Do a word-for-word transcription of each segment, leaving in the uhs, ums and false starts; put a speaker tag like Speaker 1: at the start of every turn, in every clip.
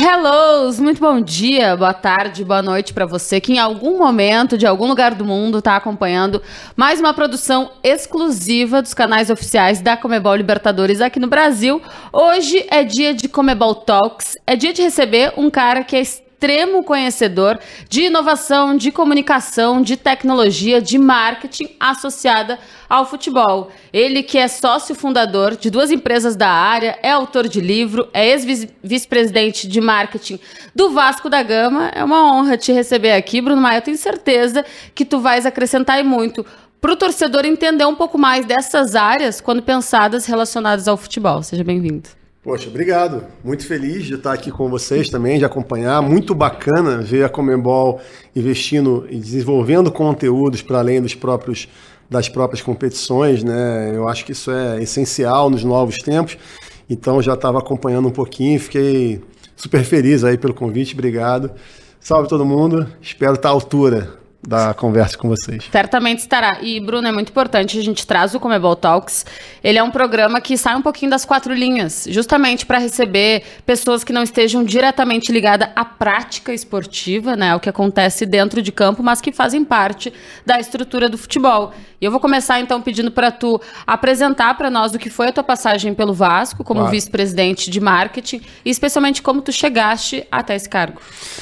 Speaker 1: Hellos, muito bom dia, boa tarde, boa noite para você que em algum momento, de algum lugar do mundo, está acompanhando mais uma produção exclusiva dos canais oficiais da Conmebol Libertadores aqui no Brasil. Hoje é dia de Conmebol Talks, é dia de receber um cara que é extremo conhecedor de inovação, de comunicação, de tecnologia, de marketing associada ao futebol. Ele que é sócio fundador de duas empresas da área, é autor de livro, é ex-vice-presidente de marketing do Vasco da Gama. É uma honra te receber aqui, Bruno Maia. Eu tenho certeza que tu vais acrescentar muito para o torcedor entender um pouco mais dessas áreas quando pensadas relacionadas ao futebol. Seja bem-vindo.
Speaker 2: Poxa, obrigado. Muito feliz de estar aqui com vocês também, de acompanhar. Muito bacana ver a Conmebol investindo e desenvolvendo conteúdos para além dos próprios, das próprias competições, né? Eu acho que isso é essencial nos novos tempos. Então já estava acompanhando um pouquinho, fiquei super feliz aí pelo convite, obrigado. Salve todo mundo, espero estar à altura da conversa com vocês.
Speaker 1: Certamente estará. E, Bruno, é muito importante, a gente traz o Conmebol Talks. Ele é um programa que sai um pouquinho das quatro linhas, justamente para receber pessoas que não estejam diretamente ligadas à prática esportiva, né, o que acontece dentro de campo, mas que fazem parte da estrutura do futebol. E eu vou começar, então, pedindo para tu apresentar para nós o que foi a tua passagem pelo Vasco, como claro. vice-presidente de marketing, e especialmente como tu chegaste até esse cargo.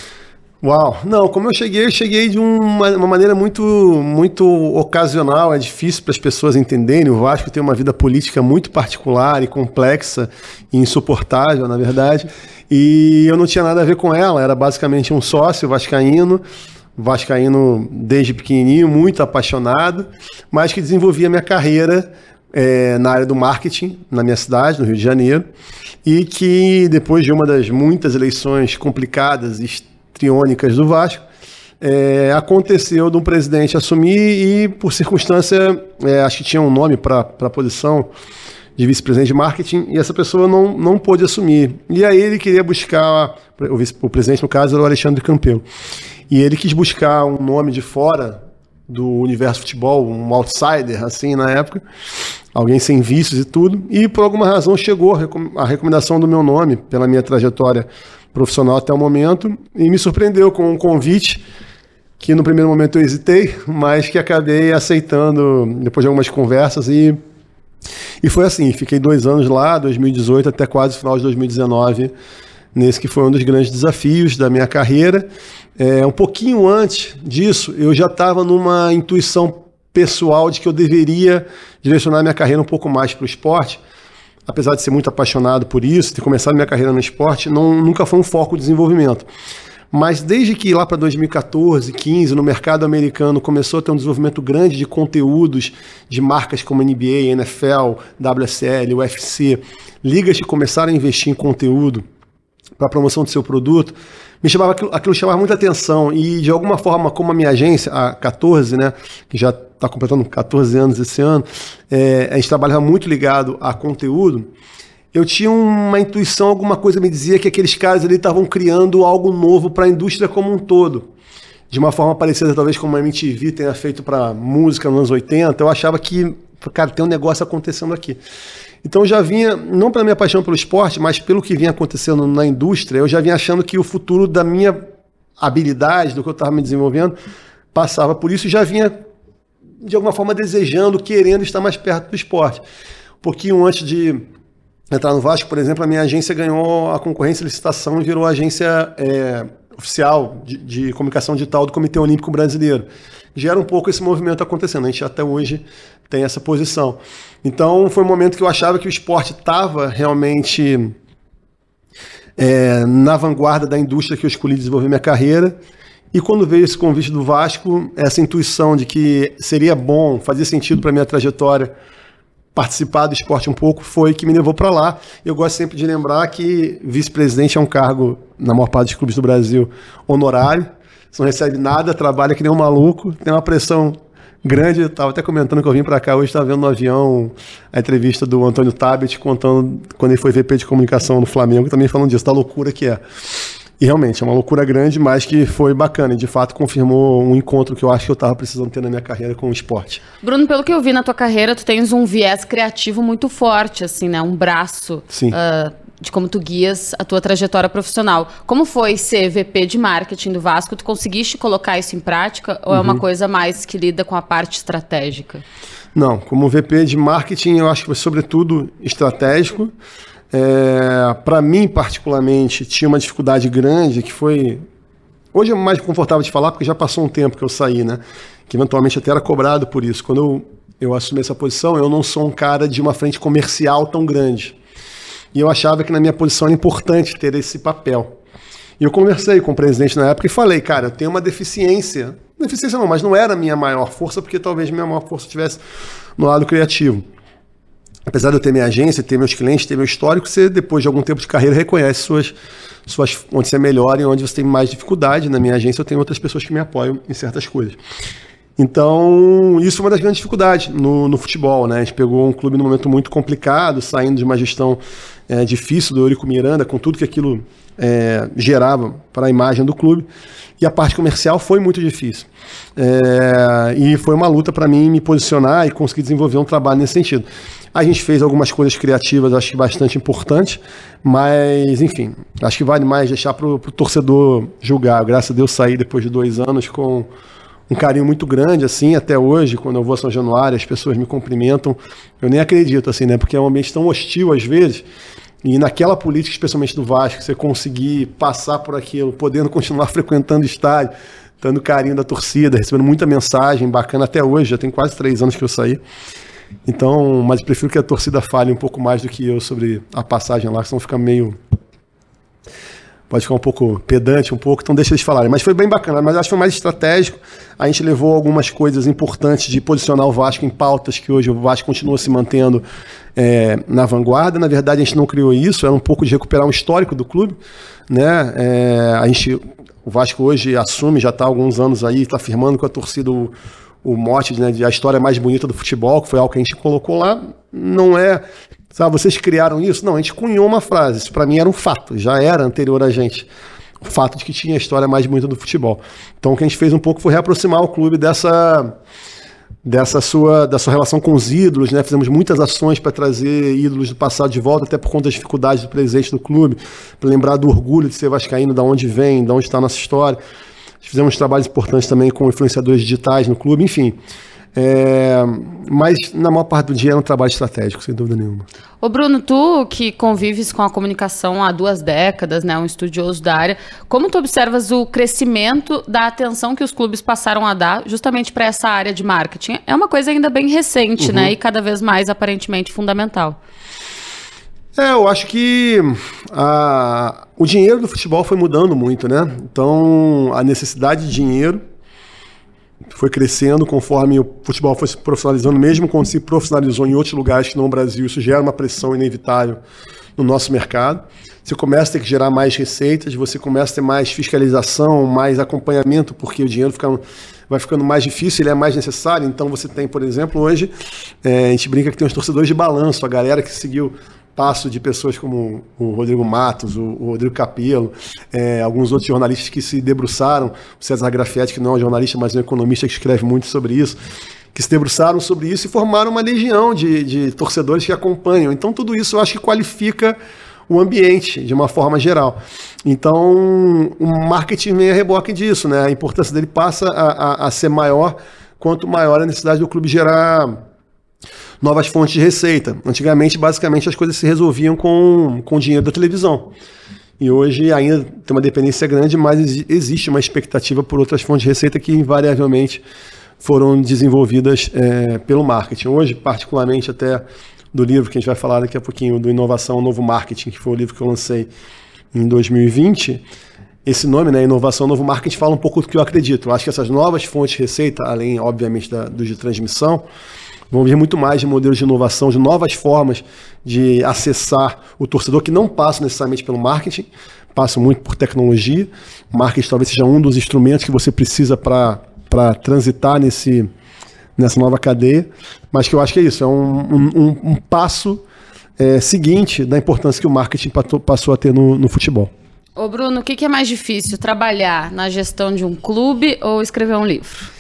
Speaker 2: Uau, não, como eu cheguei, eu cheguei de uma, uma maneira muito, muito ocasional, é difícil para as pessoas entenderem. O Vasco tem uma vida política muito particular e complexa e insuportável, na verdade, e eu não tinha nada a ver com ela, era basicamente um sócio vascaíno, vascaíno desde pequenininho, muito apaixonado, mas que desenvolvia minha carreira é, na área do marketing, na minha cidade, no Rio de Janeiro, e que depois de uma das muitas eleições complicadas e triônicas do Vasco, é, aconteceu de um presidente assumir e, por circunstância, é, acho que tinha um nome para a posição de vice-presidente de marketing, e essa pessoa não, não pôde assumir. E aí ele queria buscar, o, vice, o presidente, no caso, era o Alexandre Campelo, e ele quis buscar um nome de fora do universo futebol, um outsider, assim, na época, alguém sem vícios e tudo, e por alguma razão chegou a recomendação do meu nome, pela minha trajetória profissional até o momento, e me surpreendeu com um convite que no primeiro momento eu hesitei, mas que acabei aceitando depois de algumas conversas, e, e foi assim, fiquei dois anos lá, dois mil e dezoito até quase o final de dois mil e dezenove, nesse que foi um dos grandes desafios da minha carreira. É, um pouquinho antes disso, eu já estava numa intuição pessoal de que eu deveria direcionar minha carreira um pouco mais para o esporte. Apesar de ser muito apaixonado por isso, ter começado minha carreira no esporte, não, nunca foi um foco de desenvolvimento. Mas desde que lá para dois mil e quatorze, quinze, no mercado americano começou a ter um desenvolvimento grande de conteúdos de marcas como N B A, N F L, W S L, U F C, ligas que começaram a investir em conteúdo para a promoção do seu produto, me chamava, aquilo, aquilo chamava muita atenção, e de alguma forma, como a minha agência, a quatorze, né, que já está completando quatorze anos esse ano, é, a gente trabalhava muito ligado a conteúdo, eu tinha uma intuição, alguma coisa me dizia que aqueles caras ali estavam criando algo novo para a indústria como um todo, de uma forma parecida talvez como a M T V tenha feito para música nos anos oitenta, eu achava que, cara, tem um negócio acontecendo aqui. Então eu já vinha, não pela minha paixão pelo esporte, mas pelo que vinha acontecendo na indústria, eu já vinha achando que o futuro da minha habilidade, do que eu estava me desenvolvendo, passava por isso, e já vinha, de alguma forma, desejando, querendo estar mais perto do esporte. Um pouquinho antes de entrar no Vasco, por exemplo, a minha agência ganhou a concorrência, a licitação, e virou agência é, oficial de, de comunicação digital do Comitê Olímpico Brasileiro. Gera um pouco esse movimento acontecendo, a gente até hoje tem essa posição. Então foi um momento que eu achava que o esporte estava realmente é, na vanguarda da indústria que eu escolhi desenvolver minha carreira, e quando veio esse convite do Vasco, essa intuição de que seria bom, fazia sentido para a minha trajetória participar do esporte um pouco, foi que me levou para lá. Eu gosto sempre de lembrar que vice-presidente é um cargo, na maior parte dos clubes do Brasil, honorário. Você não recebe nada, trabalha que nem um maluco, tem uma pressão grande. Eu estava até comentando que eu vim para cá hoje, estava vendo no avião a entrevista do Antônio Tabet, contando quando ele foi V P de comunicação no Flamengo, também falando disso, da loucura que é. E realmente, é uma loucura grande, mas que foi bacana. E de fato confirmou um encontro que eu acho que eu estava precisando ter na minha carreira com o esporte.
Speaker 1: Bruno, pelo que eu vi na tua carreira, tu tens um viés criativo muito forte, assim, né? Um braço...
Speaker 2: Sim. Uh,
Speaker 1: de como tu guias a tua trajetória profissional. Como foi ser V P de marketing do Vasco? Tu conseguiste colocar isso em prática ou uhum. é uma coisa mais que lida com a parte estratégica?
Speaker 2: Não, como V P de marketing eu acho que foi sobretudo estratégico. É, para mim particularmente tinha uma dificuldade grande que foi... Hoje é mais confortável de falar porque já passou um tempo que eu saí, né? Que eventualmente até era cobrado por isso. Quando eu, eu assumi essa posição, eu não sou um cara de uma frente comercial tão grande. E eu achava que na minha posição era importante ter esse papel. E eu conversei com o presidente na época e falei, cara, eu tenho uma deficiência. Deficiência não, mas não era a minha maior força, porque talvez minha maior força estivesse no lado criativo. Apesar de eu ter minha agência, ter meus clientes, ter meu histórico, você, depois de algum tempo de carreira, reconhece suas, suas, onde você é melhor e onde você tem mais dificuldade. Na minha agência, eu tenho outras pessoas que me apoiam em certas coisas. Então, isso é uma das grandes dificuldades no, no futebol, né? A gente pegou um clube num momento muito complicado, saindo de uma gestão é, difícil do Eurico Miranda, com tudo que aquilo é, gerava para a imagem do clube. E a parte comercial foi muito difícil. É, e foi uma luta para mim me posicionar e conseguir desenvolver um trabalho nesse sentido. A gente fez algumas coisas criativas, acho que bastante importantes, mas, enfim, acho que vale mais deixar para o torcedor julgar. Graças a Deus saí depois de dois anos com um carinho muito grande, assim, até hoje, quando eu vou a São Januário, as pessoas me cumprimentam, eu nem acredito, assim, né, porque é um ambiente tão hostil às vezes, e naquela política, especialmente do Vasco, você conseguir passar por aquilo, podendo continuar frequentando o estádio, dando carinho da torcida, recebendo muita mensagem bacana até hoje, já tem quase três anos que eu saí. Então, mas eu prefiro que a torcida fale um pouco mais do que eu sobre a passagem lá, senão fica meio... Pode ficar um pouco pedante, um pouco, então deixa eles falarem. Mas foi bem bacana, mas acho que foi mais estratégico. A gente levou algumas coisas importantes de posicionar o Vasco em pautas que hoje o Vasco continua se mantendo é, na vanguarda. Na verdade, a gente não criou isso, era um pouco de recuperar um histórico do clube, né? É, a gente, o Vasco hoje assume, já está há alguns anos aí, está firmando com a torcida o, o mote, né, de a história mais bonita do futebol, que foi algo que a gente colocou lá. Não é... Sabe, vocês criaram isso? Não, a gente cunhou uma frase. Isso para mim era um fato, já era anterior a gente. O fato de que tinha a história mais bonita do futebol. Então o que a gente fez um pouco foi reaproximar o clube dessa, dessa, sua, da sua relação com os ídolos, né? Fizemos muitas ações para trazer ídolos do passado de volta, até por conta das dificuldades do presente do clube, para lembrar do orgulho de ser vascaíno, de onde vem, de onde está a nossa história. Fizemos trabalhos importantes também com influenciadores digitais no clube, enfim. É, mas na maior parte do dia é um trabalho estratégico, sem dúvida nenhuma.
Speaker 1: Ô Bruno, tu que convives com a comunicação há duas décadas, né, um estudioso da área, como tu observas o crescimento da atenção que os clubes passaram a dar justamente para essa área de marketing? É uma coisa ainda bem recente, uhum. né, e cada vez mais aparentemente fundamental.
Speaker 2: É, eu acho que a, o dinheiro do futebol foi mudando muito, né? Então a necessidade de dinheiro foi crescendo conforme o futebol foi se profissionalizando, mesmo quando se profissionalizou em outros lugares que não no Brasil, isso gera uma pressão inevitável no nosso mercado. Você começa a ter que gerar mais receitas, você começa a ter mais fiscalização, mais acompanhamento, porque o dinheiro fica, vai ficando mais difícil, ele é mais necessário. Então você tem, por exemplo, hoje, é, a gente brinca que tem os torcedores de balanço, a galera que seguiu passo de pessoas como o Rodrigo Matos, o, o Rodrigo Capello, é, alguns outros jornalistas que se debruçaram, o César Grafietti, que não é um jornalista, mas é um economista que escreve muito sobre isso, que se debruçaram sobre isso e formaram uma legião de, de torcedores que acompanham. Então tudo isso eu acho que qualifica o ambiente de uma forma geral. Então o marketing vem a reboque disso, né? A importância dele passa a, a, a ser maior quanto maior a necessidade do clube gerar novas fontes de receita. Antigamente, basicamente, as coisas se resolviam com, com o dinheiro da televisão. E hoje ainda tem uma dependência grande, mas existe uma expectativa por outras fontes de receita que invariavelmente foram desenvolvidas é, pelo marketing. Hoje, particularmente até do livro que a gente vai falar daqui a pouquinho, do Inovação, Novo Marketing, que foi o livro que eu lancei em dois mil e vinte, esse nome, né, Inovação, Novo Marketing, fala um pouco do que eu acredito. Eu acho que essas novas fontes de receita, além, obviamente, da, do de transmissão, vão vir muito mais de modelos de inovação, de novas formas de acessar o torcedor, que não passam necessariamente pelo marketing, passam muito por tecnologia. O marketing talvez seja um dos instrumentos que você precisa para para transitar nesse, nessa nova cadeia, mas que eu acho que é isso, é um, um, um passo é, seguinte da importância que o marketing passou a ter no, no futebol.
Speaker 1: Ô Bruno, o que, que é mais difícil, trabalhar na gestão de um clube ou escrever um livro?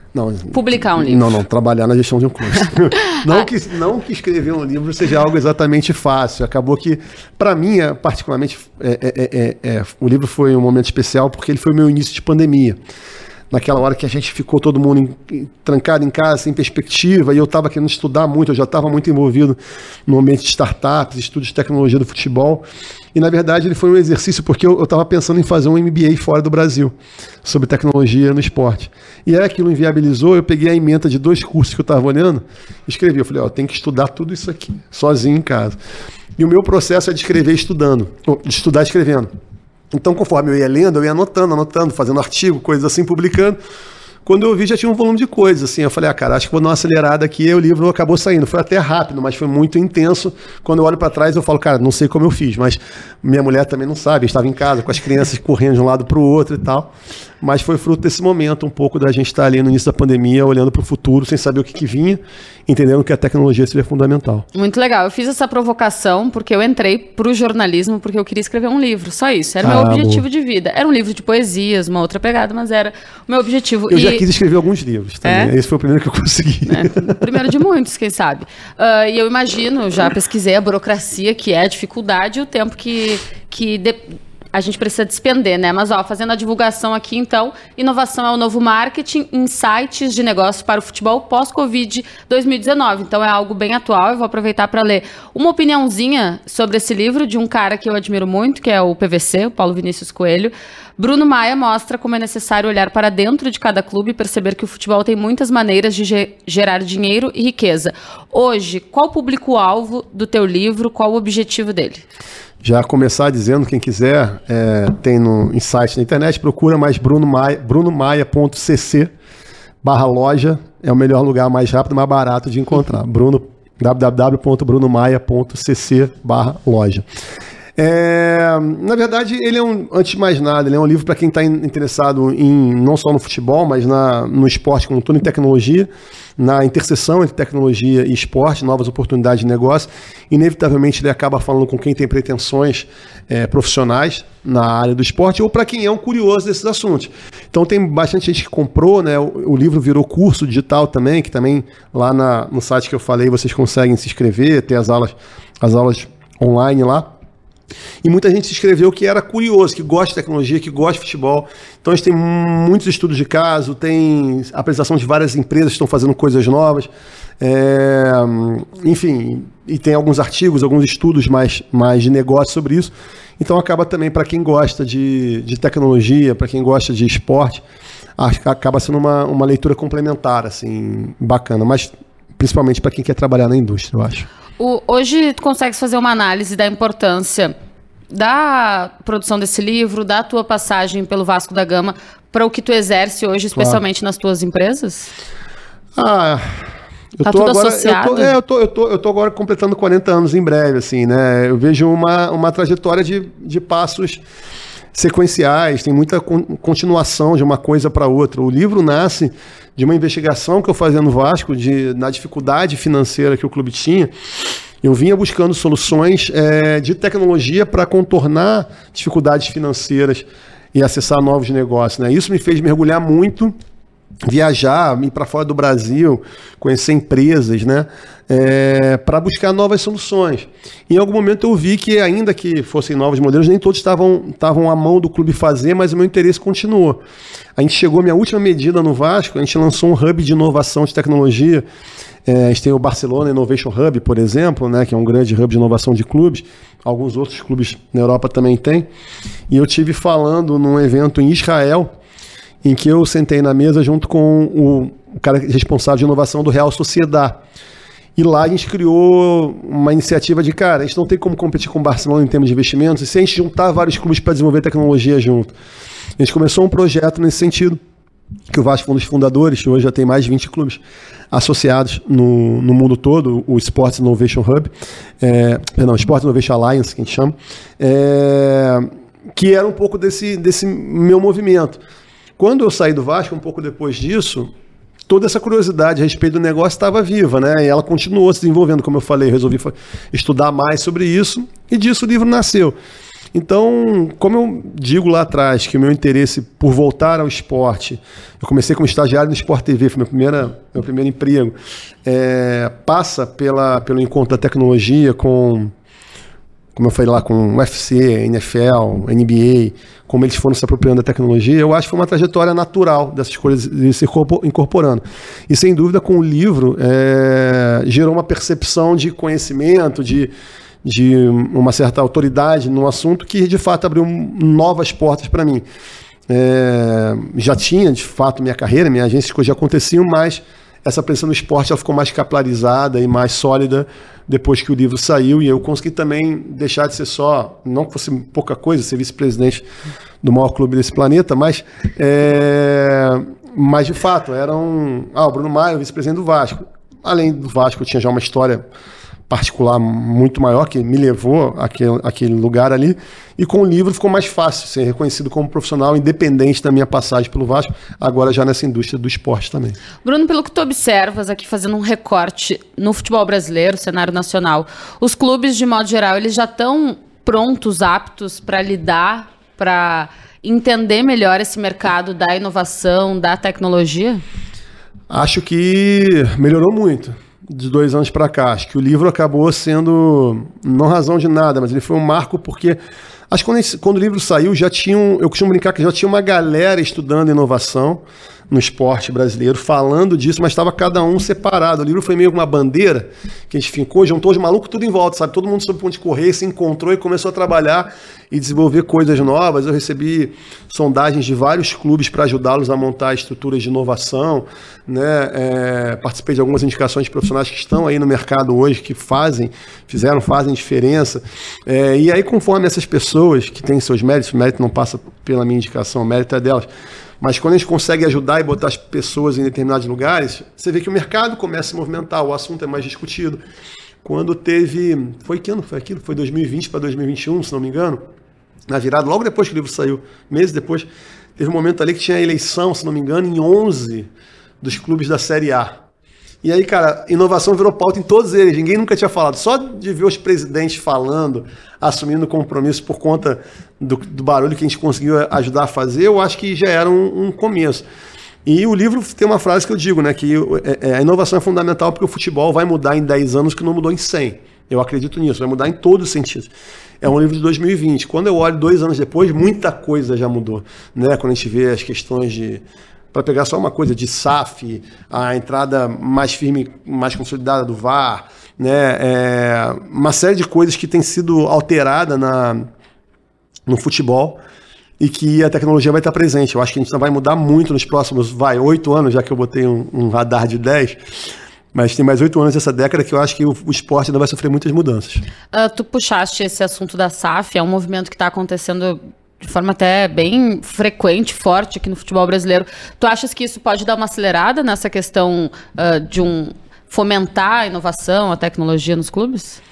Speaker 2: Não,
Speaker 1: publicar um livro.
Speaker 2: Não, não, trabalhar na gestão de um clube. não, que, não que escrever um livro seja algo exatamente fácil. Acabou que, para mim, particularmente, é, é, é, é, o livro foi um momento especial porque ele foi o meu início de pandemia. Naquela hora que a gente ficou todo mundo em, trancado em casa, sem perspectiva, e eu estava querendo estudar muito, eu já estava muito envolvido no ambiente de startups, estudos de tecnologia do futebol, e na verdade ele foi um exercício porque eu estava pensando em fazer um M B A fora do Brasil, sobre tecnologia no esporte. E aí aquilo inviabilizou, eu peguei a ementa de dois cursos que eu estava olhando, e escrevi, eu falei, ó, tem que estudar tudo isso aqui, sozinho em casa. E o meu processo é de escrever estudando, de estudar escrevendo. Então, conforme eu ia lendo, eu ia anotando, anotando, fazendo artigo, coisas assim, publicando. Quando eu vi, já tinha um volume de coisas, assim. Eu falei, ah, cara, acho que vou dar uma acelerada aqui. E o livro acabou saindo. Foi até rápido, mas foi muito intenso. Quando eu olho para trás, eu falo, cara, não sei como eu fiz, mas minha mulher também não sabe. Eu estava em casa com as crianças correndo de um lado para o outro e tal. Mas foi fruto desse momento, um pouco da gente estar ali no início da pandemia, olhando para o futuro, sem saber o que, que vinha, entendendo que a tecnologia seria fundamental.
Speaker 1: Muito legal. Eu fiz essa provocação porque eu entrei para o jornalismo porque eu queria escrever um livro, só isso. Era o meu
Speaker 2: ah,
Speaker 1: objetivo
Speaker 2: boa.
Speaker 1: de vida. Era um livro de poesias, uma outra pegada, mas era o meu objetivo.
Speaker 2: Eu
Speaker 1: e...
Speaker 2: já quis escrever alguns livros também. É? Esse foi o primeiro que eu consegui.
Speaker 1: É, primeiro de muitos, quem sabe. Uh, e eu imagino, já pesquisei a burocracia, que é a dificuldade e o tempo que... que de... a gente precisa despender, né? Mas, ó, fazendo a divulgação aqui, então, inovação é o novo marketing, insights de negócio para o futebol pós-Covid dois mil e dezenove. Então, é algo bem atual. Eu vou aproveitar para ler uma opiniãozinha sobre esse livro de um cara que eu admiro muito, que é o P V C, o Paulo Vinícius Coelho. Bruno Maia mostra como é necessário olhar para dentro de cada clube e perceber que o futebol tem muitas maneiras de ge- gerar dinheiro e riqueza. Hoje, qual o público-alvo do teu livro? Qual o objetivo dele?
Speaker 2: Já começar dizendo, quem quiser, é, tem no insight na internet, procura mais Bruno Maia, brunomaia.cc barra loja, é o melhor lugar, mais rápido e mais barato de encontrar. Bruno, www.brunomaia.cc barra loja. É, na verdade, ele é um, antes de mais nada, ele é um livro para quem está interessado em, não só no futebol, mas na, no esporte como todo, em tecnologia, na interseção entre tecnologia e esporte, novas oportunidades de negócio. Inevitavelmente ele acaba falando com quem tem pretensões é, profissionais na área do esporte ou para quem é um curioso desses assuntos. Então tem bastante gente que comprou, né? O, o livro virou curso digital também, que também lá na, no site que eu falei vocês conseguem se inscrever, ter as aulas, as aulas online lá. E muita gente se inscreveu que era curioso, que gosta de tecnologia, que gosta de futebol. Então a gente tem muitos estudos de caso, tem apresentação de várias empresas que estão fazendo coisas novas. É, enfim, e tem alguns artigos, alguns estudos mais, mais de negócio sobre isso. Então acaba também, para quem gosta de, de tecnologia, para quem gosta de esporte, acaba sendo uma, uma leitura complementar, assim, bacana. Mas principalmente para quem quer trabalhar na indústria, eu acho.
Speaker 1: O, hoje tu consegues fazer uma análise da importância da produção desse livro, da tua passagem pelo Vasco da Gama, para o que tu exerce hoje, especialmente claro. Nas tuas empresas?
Speaker 2: Ah, eu
Speaker 1: tá
Speaker 2: tô
Speaker 1: tudo
Speaker 2: agora,
Speaker 1: associado?
Speaker 2: Eu tô, é, eu, tô, eu, tô, eu tô agora completando quarenta anos em breve, assim, né? Eu vejo uma, uma trajetória de, de passos sequenciais, tem muita con- continuação de uma coisa para outra. O livro nasce de uma investigação que eu fazia no Vasco, de, na dificuldade financeira que o clube tinha. Eu vinha buscando soluções é, de tecnologia para contornar dificuldades financeiras e acessar novos negócios, né? Isso me fez mergulhar muito, viajar, ir para fora do Brasil, conhecer empresas, né? É, para buscar novas soluções. Em algum momento eu vi que, ainda que fossem novos modelos, nem todos estavam, estavam à mão do clube fazer, mas o meu interesse continuou. A gente chegou à minha última medida no Vasco, a gente lançou um hub de inovação de tecnologia. É, a gente tem o Barcelona Innovation Hub, por exemplo, né, que é um grande hub de inovação de clubes. Alguns outros clubes na Europa também têm. E eu tive falando num evento em Israel, em que eu sentei na mesa junto com o, o cara responsável de inovação do Real Sociedad. E lá a gente criou uma iniciativa de, cara, a gente não tem como competir com o Barcelona em termos de investimentos, e se a gente juntar vários clubes para desenvolver tecnologia junto. A gente começou um projeto nesse sentido, que o Vasco foi um dos fundadores, hoje já tem mais de vinte clubes associados no, no mundo todo, o Sports Innovation Hub, é, perdão, Sports Innovation Alliance, que a gente chama, é, que era um pouco desse, desse meu movimento. Quando eu saí do Vasco, um pouco depois disso, toda essa curiosidade a respeito do negócio estava viva, né? E ela continuou se desenvolvendo, como eu falei, eu resolvi estudar mais sobre isso, e disso o livro nasceu. Então, como eu digo lá atrás, que o meu interesse por voltar ao esporte, eu comecei como estagiário no Sport T V, foi meu, primeira, meu primeiro emprego, é, passa pela, pelo encontro da tecnologia com, como eu falei lá, com o U F C, N F L, N B A, como eles foram se apropriando da tecnologia, eu acho que foi uma trajetória natural dessas coisas de se incorporando. E, sem dúvida, com o livro, é, gerou uma percepção de conhecimento, de... de uma certa autoridade no assunto que, de fato, abriu novas portas para mim. É, já tinha, de fato, minha carreira, minha agência, as coisas já aconteciam, mas essa presença no esporte ela ficou mais capilarizada e mais sólida depois que o livro saiu, e eu consegui também deixar de ser só, não que fosse pouca coisa, ser vice-presidente do maior clube desse planeta, mas, é, mas de fato, era um... Ah, o Bruno Maia, vice-presidente do Vasco. Além do Vasco, eu tinha já uma história particular muito maior, que me levou àquele, àquele lugar ali, e com o livro ficou mais fácil ser reconhecido como profissional, independente da minha passagem pelo Vasco, agora já nessa indústria do esporte também.
Speaker 1: Bruno, pelo que tu observas aqui, fazendo um recorte no futebol brasileiro, cenário nacional, os clubes, de modo geral, eles já estão prontos, aptos para lidar, para entender melhor esse mercado da inovação, da tecnologia? Acho
Speaker 2: que melhorou muito de dois anos para cá. Acho que o livro acabou sendo, não razão de nada, mas ele foi um marco porque, acho que quando, esse, quando o livro saiu, já tinha, um, eu costumo brincar que já tinha uma galera estudando inovação no esporte brasileiro, falando disso, mas estava cada um separado. O livro foi meio uma bandeira que a gente fincou, juntou os malucos tudo em volta, sabe? Todo mundo soube onde correr, se encontrou e começou a trabalhar e desenvolver coisas novas. Eu recebi sondagens de vários clubes para ajudá-los a montar estruturas de inovação, né? É, participei de algumas indicações de profissionais que estão aí no mercado hoje, que fazem, fizeram, fazem diferença. É, e aí, conforme essas pessoas que têm seus méritos, o mérito não passa pela minha indicação, o mérito é delas, mas quando a gente consegue ajudar e botar as pessoas em determinados lugares, você vê que o mercado começa a se movimentar, o assunto é mais discutido. Quando teve... Foi que ano foi aquilo? Foi dois mil e vinte para dois mil e vinte e um, se não me engano. Na virada, logo depois que o livro saiu, meses depois, teve um momento ali que tinha eleição, se não me engano, em onze dos clubes da Série A. E aí, cara, inovação virou pauta em todos eles, ninguém nunca tinha falado. Só de ver os presidentes falando, assumindo compromisso por conta do, do barulho que a gente conseguiu ajudar a fazer, eu acho que já era um, um começo. E o livro tem uma frase que eu digo, né, que é, a inovação é fundamental porque o futebol vai mudar em dez anos que não mudou em cem. Eu acredito nisso, vai mudar em todos os sentidos. É um livro de dois mil e vinte. Quando eu olho dois anos depois, muita coisa já mudou, né? Quando a gente vê as questões de... Para pegar só uma coisa de S A F, a entrada mais firme, mais consolidada do V A R, né? É, uma série de coisas que tem sido alterada na, no futebol e que a tecnologia vai estar presente. Eu acho que a gente não vai mudar muito nos próximos, vai, oito anos, já que eu botei um, um radar de dez, mas tem mais oito anos dessa década que eu acho que o, o esporte ainda vai sofrer muitas mudanças.
Speaker 1: Uh, tu puxaste esse assunto da S A F, é um movimento que está acontecendo de forma até bem frequente, forte aqui no futebol brasileiro. Tu achas que isso pode dar uma acelerada nessa questão uh, de um fomentar a inovação, a tecnologia nos clubes?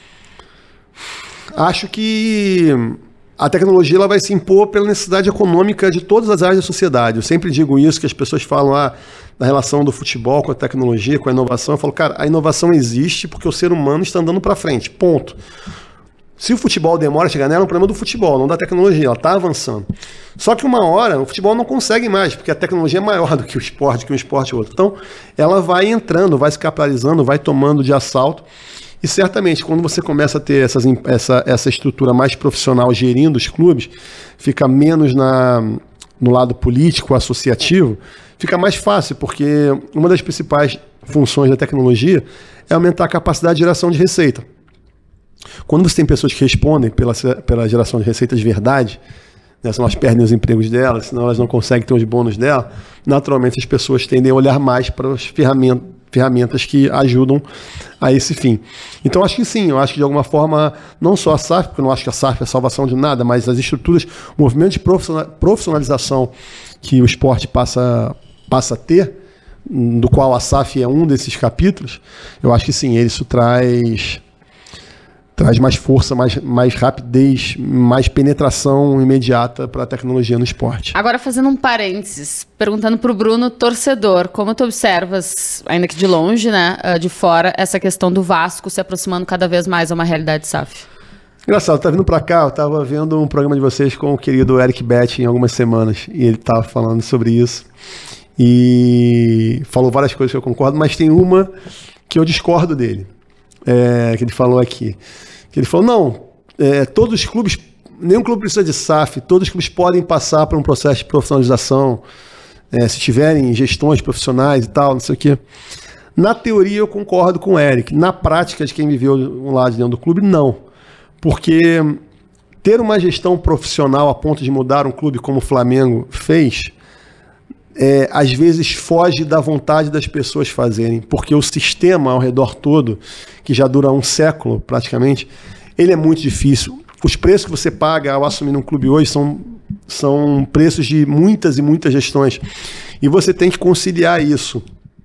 Speaker 2: Acho que a tecnologia ela vai se impor pela necessidade econômica de todas as áreas da sociedade. Eu sempre digo isso, que as pessoas falam ah, da relação do futebol com a tecnologia, com a inovação. Eu falo, cara, a inovação existe porque o ser humano está andando para frente, ponto. Se o futebol demora a chegar nela, é um problema do futebol, não da tecnologia, ela está avançando. Só que uma hora o futebol não consegue mais, porque a tecnologia é maior do que o esporte, que um esporte ou outro. Então, ela vai entrando, vai se capitalizando, vai tomando de assalto. E certamente, quando você começa a ter essas, essa, essa estrutura mais profissional gerindo os clubes, fica menos na, no lado político, associativo, fica mais fácil, porque uma das principais funções da tecnologia é aumentar a capacidade de geração de receita. Quando você tem pessoas que respondem pela, pela geração de receitas de verdade, né, senão elas perdem os empregos delas, senão elas não conseguem ter os bônus dela, naturalmente as pessoas tendem a olhar mais para as ferramentas, ferramentas que ajudam a esse fim. Então acho que sim, eu acho que de alguma forma, não só a S A F, porque eu não acho que a S A F é salvação de nada, mas as estruturas, o movimento de profissionalização que o esporte passa, passa a ter, do qual a S A F é um desses capítulos, eu acho que sim, isso traz... traz mais força, mais, mais rapidez, mais penetração imediata para a tecnologia no esporte.
Speaker 1: Agora, fazendo um parênteses, perguntando para o Bruno, torcedor, como tu observas, ainda que de longe, né, de fora, essa questão do Vasco se aproximando cada vez mais a uma realidade S A F?
Speaker 2: Engraçado, tá vindo pra cá, eu tava vendo um programa de vocês com o querido Eric Beth em algumas semanas, e ele tava falando sobre isso, e falou várias coisas que eu concordo, mas tem uma que eu discordo dele, é, que ele falou aqui. Que ele falou, não, é, todos os clubes, nenhum clube precisa de S A F, todos os clubes podem passar por um processo de profissionalização, é, se tiverem gestões profissionais e tal, não sei o quê. Na teoria eu concordo com o Eric, na prática de quem viveu um lado dentro do clube, não. Porque ter uma gestão profissional a ponto de mudar um clube como o Flamengo fez, é, às vezes foge da vontade das pessoas fazerem, porque o sistema ao redor todo, que já dura um século praticamente, ele é muito difícil. Os preços que você paga ao assumir um clube hoje são, são preços de muitas e muitas gestões. E você tem que conciliar isso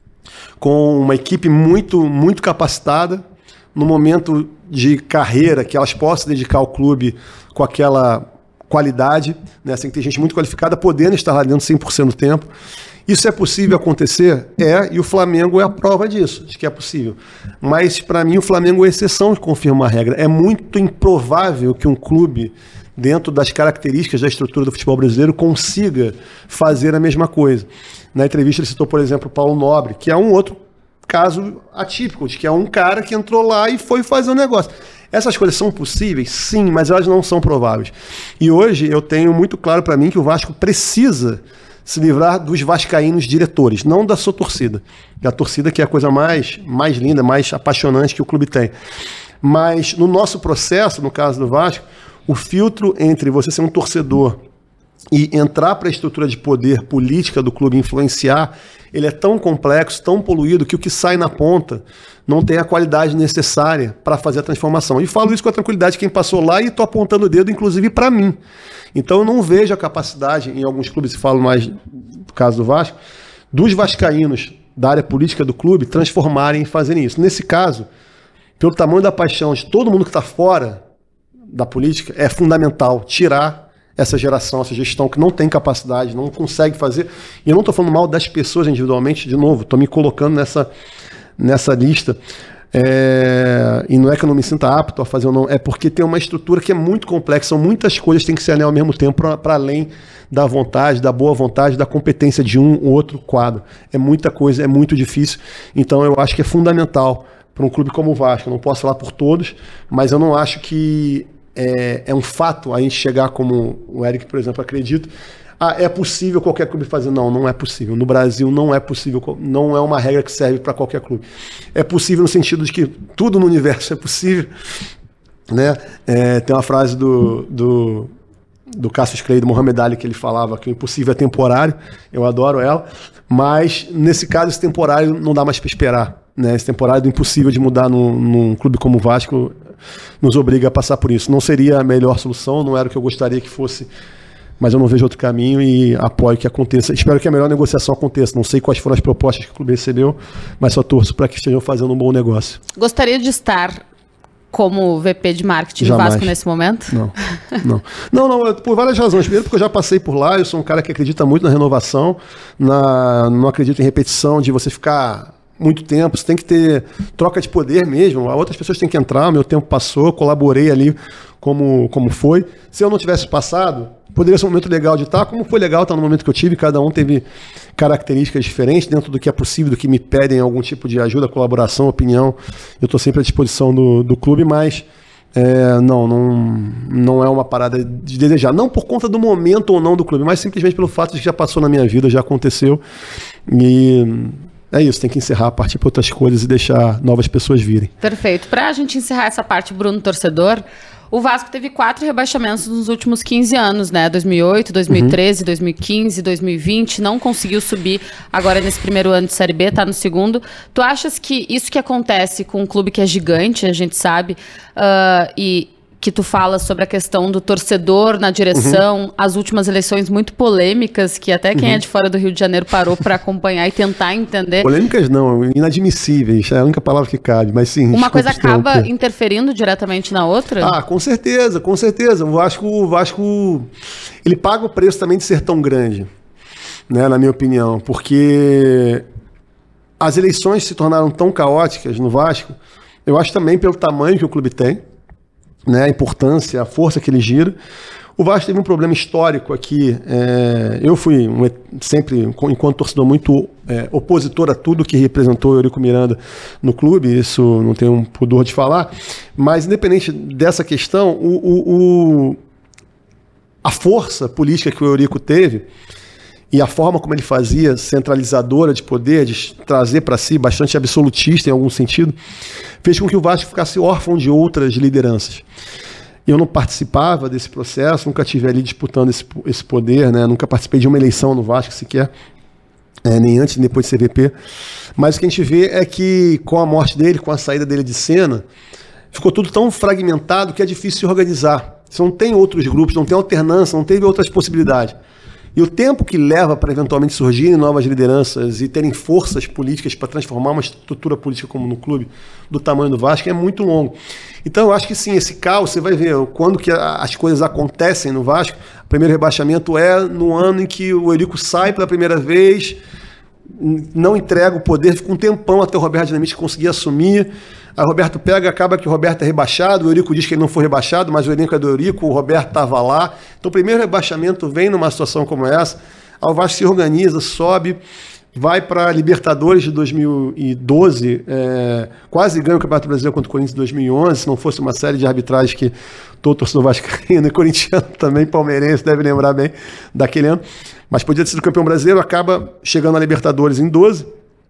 Speaker 2: com uma equipe muito, muito capacitada, no momento de carreira, que elas possam dedicar ao clube com aquela qualidade, né? Tem que ter gente muito qualificada, podendo estar lá dentro cem por cento do tempo. Isso é possível acontecer? É, e o Flamengo é a prova disso, de que é possível. Mas, para mim, o Flamengo é exceção de confirmar a regra. É muito improvável que um clube, dentro das características da estrutura do futebol brasileiro, consiga fazer a mesma coisa. Na entrevista ele citou, por exemplo, o Paulo Nobre, que é um outro caso atípico, de que é um cara que entrou lá e foi fazer um negócio. Essas coisas são possíveis? Sim, mas elas não são prováveis. E hoje eu tenho muito claro para mim que o Vasco precisa se livrar dos vascaínos diretores, não da sua torcida. Da torcida que é a coisa mais, mais linda, mais apaixonante que o clube tem. Mas no nosso processo, no caso do Vasco, o filtro entre você ser um torcedor e entrar para a estrutura de poder política do clube, influenciar, ele é tão complexo, tão poluído, que o que sai na ponta não tem a qualidade necessária para fazer a transformação. E falo isso com a tranquilidade de quem passou lá, e estou apontando o dedo, inclusive, para mim. Então eu não vejo a capacidade, em alguns clubes, se falo mais do caso do Vasco, dos vascaínos da área política do clube transformarem e fazerem isso. Nesse caso, pelo tamanho da paixão de todo mundo que está fora da política, é fundamental tirar essa geração, essa gestão que não tem capacidade, não consegue fazer. E eu não estou falando mal das pessoas individualmente, de novo, estou me colocando nessa, nessa lista. É, e não é que eu não me sinta apto a fazer ou não, é porque tem uma estrutura que é muito complexa, são muitas coisas que tem que se alinhar ao mesmo tempo, para além da vontade, da boa vontade, da competência de um ou outro quadro. É muita coisa, é muito difícil. Então eu acho que é fundamental para um clube como o Vasco. Eu não posso falar por todos, mas eu não acho que É, é um fato a gente chegar, como o Eric, por exemplo, acredita. Ah, é possível qualquer clube fazer? Não, não é possível. No Brasil não é possível, não é uma regra que serve para qualquer clube. É possível no sentido de que tudo no universo é possível, né? É, tem uma frase do, do, do Cassius Clay, do Muhammad Ali, que ele falava que o impossível é temporário. Eu adoro ela, mas nesse caso esse temporário não dá mais para esperar, né? Esse temporário do impossível de mudar num, num clube como o Vasco nos obriga a passar por isso. Não seria a melhor solução, não era o que eu gostaria que fosse, mas eu não vejo outro caminho e apoio que aconteça. Espero que a melhor negociação aconteça. Não sei quais foram as propostas que o clube recebeu, mas só torço para que estejam fazendo um bom negócio.
Speaker 1: Gostaria de estar como V P de marketing do Vasco nesse momento?
Speaker 2: Não, não. Não, não, eu, por várias razões. Primeiro porque eu já passei por lá, eu sou um cara que acredita muito na renovação, na, não acredito em repetição de você ficar muito tempo, você tem que ter troca de poder mesmo, outras pessoas têm que entrar, meu tempo passou, colaborei ali como, como foi. Se eu não tivesse passado, poderia ser um momento legal de estar, como foi legal estar no momento que eu tive, cada um teve características diferentes dentro do que é possível, do que me pedem algum tipo de ajuda, colaboração, opinião. Eu estou sempre à disposição do, do clube, mas é, não, não, não é uma parada de desejar. Não por conta do momento ou não do clube, mas simplesmente pelo fato de que já passou na minha vida, já aconteceu. E é isso, tem que encerrar, partir para outras coisas e deixar novas pessoas virem.
Speaker 1: Perfeito. Para a gente encerrar essa parte, Bruno, torcedor, o Vasco teve quatro rebaixamentos nos últimos quinze anos, né? dois mil e oito, dois mil e treze, uhum. dois mil e quinze, dois mil e vinte, não conseguiu subir agora nesse primeiro ano de Série B, tá no segundo. Tu achas que isso que acontece com um clube que é gigante, a gente sabe, uh, e que tu fala sobre a questão do torcedor na direção, uhum. as últimas eleições muito polêmicas, que até quem uhum. é de fora do Rio de Janeiro parou para acompanhar e tentar entender.
Speaker 2: Polêmicas não, inadmissíveis, é a única palavra que cabe, mas sim.
Speaker 1: Uma coisa acaba interferindo diretamente na outra?
Speaker 2: Ah, com certeza, com certeza. O Vasco, o Vasco, ele paga o preço também de ser tão grande, né, na minha opinião, porque as eleições se tornaram tão caóticas no Vasco, eu acho também pelo tamanho que o clube tem. né, a importância, a força que ele gira. O Vasco teve um problema histórico aqui. É, eu fui um, sempre, enquanto torcedor, muito é, opositor a tudo que representou o Eurico Miranda no clube, isso não tenho um pudor de falar, mas independente dessa questão, o, o, o, a força política que o Eurico teve e a forma como ele fazia, centralizadora de poder, de trazer para si, bastante absolutista em algum sentido, fez com que o Vasco ficasse órfão de outras lideranças. Eu não participava desse processo, nunca estive ali disputando esse, esse poder, né? Nunca participei de uma eleição no Vasco sequer, é, nem antes nem depois de C V P. Mas o que a gente vê é que com a morte dele, com a saída dele de cena, ficou tudo tão fragmentado que é difícil se organizar. Você não tem outros grupos, não tem alternância, não teve outras possibilidades. E o tempo que leva para eventualmente surgirem novas lideranças e terem forças políticas para transformar uma estrutura política como no clube do tamanho do Vasco é muito longo. Então eu acho que sim, esse caos, você vai ver quando que as coisas acontecem no Vasco. O primeiro rebaixamento é no ano em que o Eurico sai pela primeira vez, não entrega o poder, fica um tempão até o Roberto Dinamite conseguir assumir. Aí o Roberto pega, acaba que o Roberto é rebaixado, o Eurico diz que ele não foi rebaixado, mas o elenco é do Eurico, o Roberto estava lá. Então o primeiro rebaixamento vem numa situação como essa, aí o Vasco se organiza, sobe, vai para a Libertadores de dois mil e doze, é, quase ganha o Campeonato Brasileiro contra o Corinthians em dois mil e onze, se não fosse uma série de arbitragens que todo torcedor vascaíno e corintiano também, palmeirense, deve lembrar bem daquele ano, mas podia ter sido campeão brasileiro, acaba chegando à Libertadores em doze.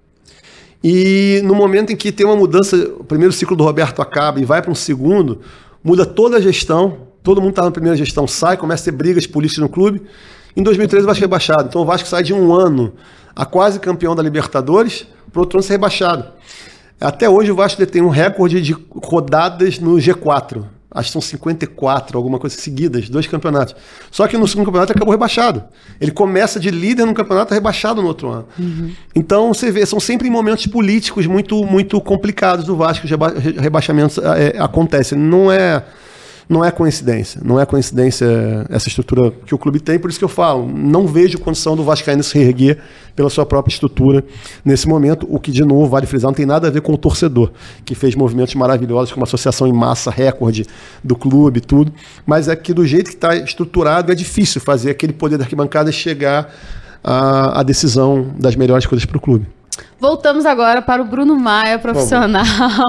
Speaker 2: E no momento em que tem uma mudança, o primeiro ciclo do Roberto acaba e vai para um segundo, muda toda a gestão, todo mundo está na primeira gestão, sai, começa a ter brigas políticas no clube. Em dois mil e treze o Vasco é rebaixado. Então o Vasco sai de um ano a quase campeão da Libertadores para outro ano ser rebaixado. Até hoje o Vasco tem um recorde de rodadas no G quatro. Acho que são cinquenta e quatro, alguma coisa seguidas, dois campeonatos. Só que no segundo campeonato ele acabou rebaixado. Ele começa de líder no campeonato, rebaixado no outro ano. Uhum. Então você vê, são sempre momentos políticos muito, muito complicados do Vasco, os reba rebaixamentos é, acontecem. Não é, não é coincidência, não é coincidência essa estrutura que o clube tem, por isso que eu falo, não vejo condição do Vascaíno se reerguer pela sua própria estrutura nesse momento, o que de novo, vale frisar, não tem nada a ver com o torcedor, que fez movimentos maravilhosos, com uma associação em massa, recorde do clube, tudo, mas é que do jeito que está estruturado é difícil fazer aquele poder da arquibancada chegar à, à decisão das melhores coisas para o clube.
Speaker 1: Voltamos agora para o Bruno Maia, profissional.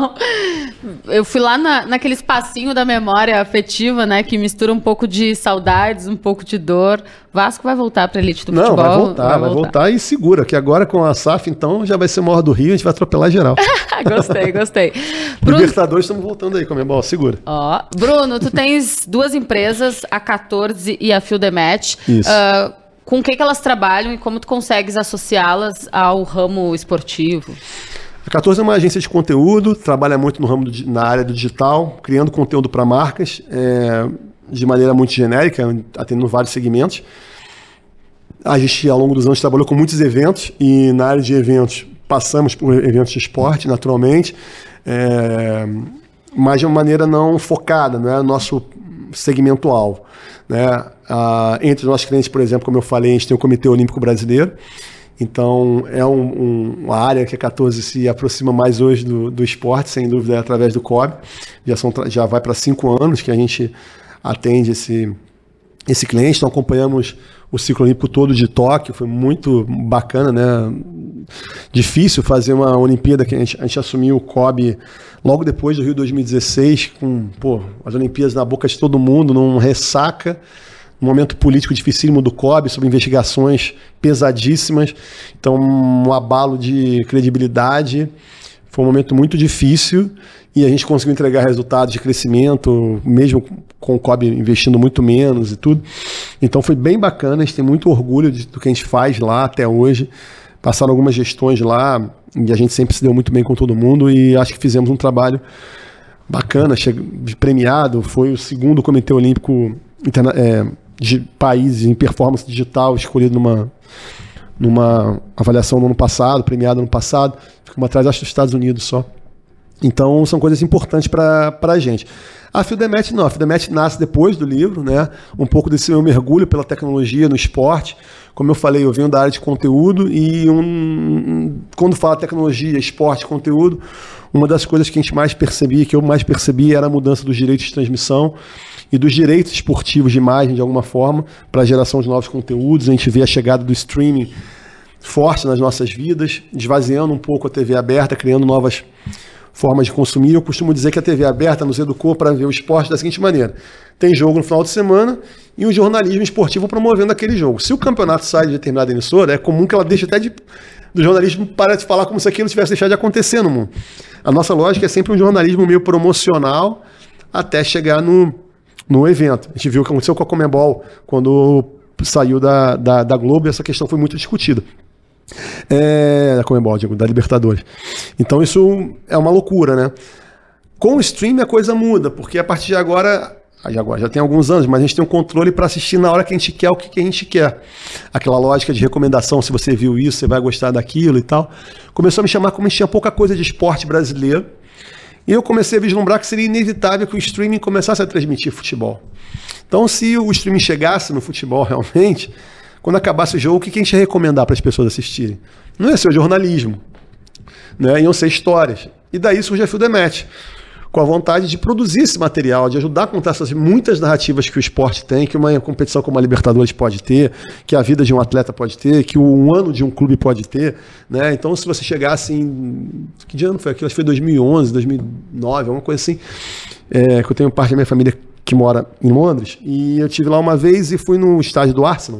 Speaker 1: Eu fui lá na, naquele espacinho da memória afetiva, né, que mistura um pouco de saudades, um pouco de dor. Vasco vai voltar para a elite do
Speaker 2: Não,
Speaker 1: futebol?
Speaker 2: Não, vai voltar, vai, vai voltar. voltar e segura, que agora com a S A F, então, já vai ser o maior do Rio, a gente vai atropelar geral.
Speaker 1: Gostei, gostei. Bruno...
Speaker 2: Libertadores, estamos voltando aí, Comebol, segura.
Speaker 1: Ó, Bruno, tu tens duas empresas, a quatorze e a Field the Match.
Speaker 2: Isso.
Speaker 1: Uh, com o que, que elas trabalham e como tu consegues associá-las ao ramo esportivo?
Speaker 2: A quatorze é uma agência de conteúdo, trabalha muito no ramo do, na área do digital, criando conteúdo para marcas, é, de maneira muito genérica, atendendo vários segmentos. A gente, ao longo dos anos, trabalhou com muitos eventos e na área de eventos passamos por eventos de esporte, naturalmente, é, mas de uma maneira não focada, não é o nosso segmento-alvo. Né? Ah, entre os nossos clientes, por exemplo, como eu falei, a gente tem o Comitê Olímpico Brasileiro. Então, é um, um, uma área que a quatorze se aproxima mais hoje do, do esporte, sem dúvida, é através do C O B. Já, são, já vai para cinco anos que a gente atende esse, esse cliente. Então, acompanhamos o ciclo olímpico todo de Tóquio, foi muito bacana, né? Difícil fazer uma Olimpíada, que a gente, a gente assumiu o C O B logo depois do Rio dois mil e dezesseis, com pô, as Olimpíadas na boca de todo mundo, num ressaca, um momento político dificílimo do C O B, sobre investigações pesadíssimas, então um abalo de credibilidade, foi um momento muito difícil e a gente conseguiu entregar resultados de crescimento, mesmo com o C O B investindo muito menos e tudo, então foi bem bacana, a gente tem muito orgulho de, do que a gente faz lá até hoje. Passaram algumas gestões lá e a gente sempre se deu muito bem com todo mundo e acho que fizemos um trabalho bacana, premiado, foi o segundo Comitê Olímpico interna é, de países em performance digital escolhido numa, numa avaliação no ano passado, premiado no ano passado, ficamos atrás, acho, dos Estados Unidos só. Então são coisas importantes para a gente. A FieldMatch não, a FieldMatch nasce depois do livro, né? Um pouco desse meu mergulho pela tecnologia no esporte. Como eu falei, eu venho da área de conteúdo e um, quando fala tecnologia, esporte, conteúdo, uma das coisas que a gente mais percebia, que eu mais percebi, era a mudança dos direitos de transmissão e dos direitos esportivos de imagem, de alguma forma, para a geração de novos conteúdos. A gente vê a chegada do streaming forte nas nossas vidas, esvaziando um pouco a T V aberta, criando novas formas de consumir. Eu costumo dizer que a T V aberta nos educou para ver o esporte da seguinte maneira: tem jogo no final de semana e o jornalismo esportivo promovendo aquele jogo. Se o campeonato sai de determinada emissora, é comum que ela deixe até de, do jornalismo para de falar como se aquilo tivesse deixado de acontecer no mundo. A nossa lógica é sempre um jornalismo meio promocional até chegar no, no evento. A gente viu o que aconteceu com a Conmebol quando saiu da, da, da Globo, e essa questão foi muito discutida. É, da Conmebol, digo, da Libertadores. Então isso é uma loucura, né? Com o stream a coisa muda, porque a partir de agora, agora já tem alguns anos, mas a gente tem um controle para assistir na hora que a gente quer o que, que a gente quer. Aquela lógica de recomendação, se você viu isso, você vai gostar daquilo e tal. Começou a me chamar como a gente tinha pouca coisa de esporte brasileiro, e eu comecei a vislumbrar que seria inevitável que o streaming começasse a transmitir futebol. Então, se o streaming chegasse no futebol realmente, quando acabasse o jogo, o que a gente ia recomendar para as pessoas assistirem? Não ia ser o jornalismo, né? Iam ser histórias. E daí surge a FieldMatch, com a vontade de produzir esse material, de ajudar a contar essas muitas narrativas que o esporte tem, que uma competição como a Libertadores pode ter, que a vida de um atleta pode ter, que um ano de um clube pode ter, né? Então, se você chegasse em... Que ano foi aquilo? Acho que foi dois mil e onze, dois mil e nove, alguma coisa assim, é, que eu tenho parte da minha família que mora em Londres, e eu estive lá uma vez e fui no estádio do Arsenal.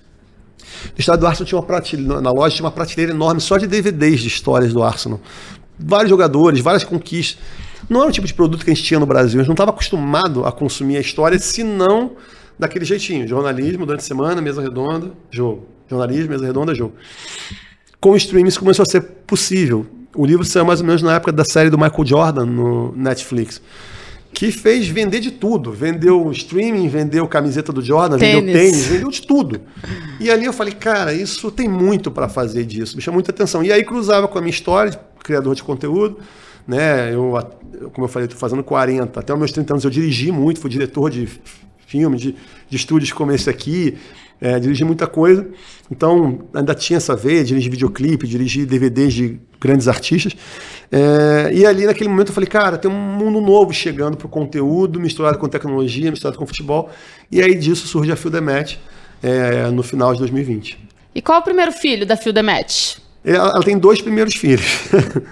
Speaker 2: No estádio do Arsenal tinha uma prateleira, na loja tinha uma prateleira enorme só de D V Ds de histórias do Arsenal. Vários jogadores, várias conquistas. Não era o tipo de produto que a gente tinha no Brasil. A gente não estava acostumado a consumir a história, senão daquele jeitinho. Jornalismo, durante a semana, mesa redonda, jogo. Jornalismo, mesa redonda, jogo. Com o streaming isso começou a ser possível. O livro saiu mais ou menos na época da série do Michael Jordan no Netflix, que fez vender de tudo. Vendeu streaming, vendeu camiseta do Jordan, tênis. vendeu tênis, vendeu de tudo. E ali eu falei, cara, isso tem muito para fazer disso. Me chamou muita atenção. E aí cruzava com a minha história de criador de conteúdo, né? Eu, como eu falei, estou fazendo quarenta. Até os meus trinta anos eu dirigi muito, fui diretor de filme, de, de estúdios como esse aqui, é, dirigi muita coisa. Então, ainda tinha essa veia, dirigi videoclipe, dirigi D V Ds de grandes artistas. É, e ali, naquele momento, eu falei, cara, tem um mundo novo chegando para o conteúdo, misturado com tecnologia, misturado com futebol. E aí disso surge a FieldMatch é, no final de dois mil e vinte.
Speaker 1: E qual é o primeiro filho da FieldMatch?
Speaker 2: Ela, ela tem dois primeiros filhos.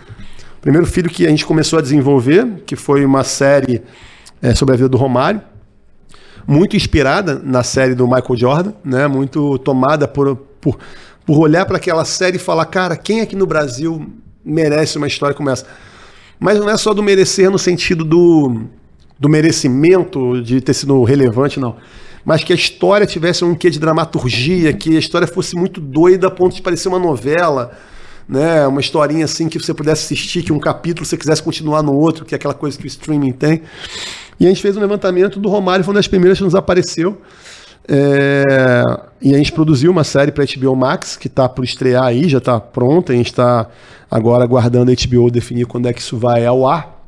Speaker 2: O primeiro filho que a gente começou a desenvolver, que foi uma série é, sobre a vida do Romário, muito inspirada na série do Michael Jordan, né? Muito tomada por, por, por olhar para aquela série e falar, cara, quem aqui no Brasil merece uma história como essa? Mas não é só do merecer no sentido do, do merecimento de ter sido relevante, não. Mas que a história tivesse um quê de dramaturgia, que a história fosse muito doida a ponto de parecer uma novela, né? Uma historinha assim que você pudesse assistir, que um capítulo você quisesse continuar no outro, que é aquela coisa que o streaming tem. E a gente fez um levantamento do Romário, foi uma das primeiras que nos apareceu. É, e a gente produziu uma série para a H B O Max, que está por estrear aí, já está pronta. A gente está agora aguardando a H B O definir quando é que isso vai ao ar.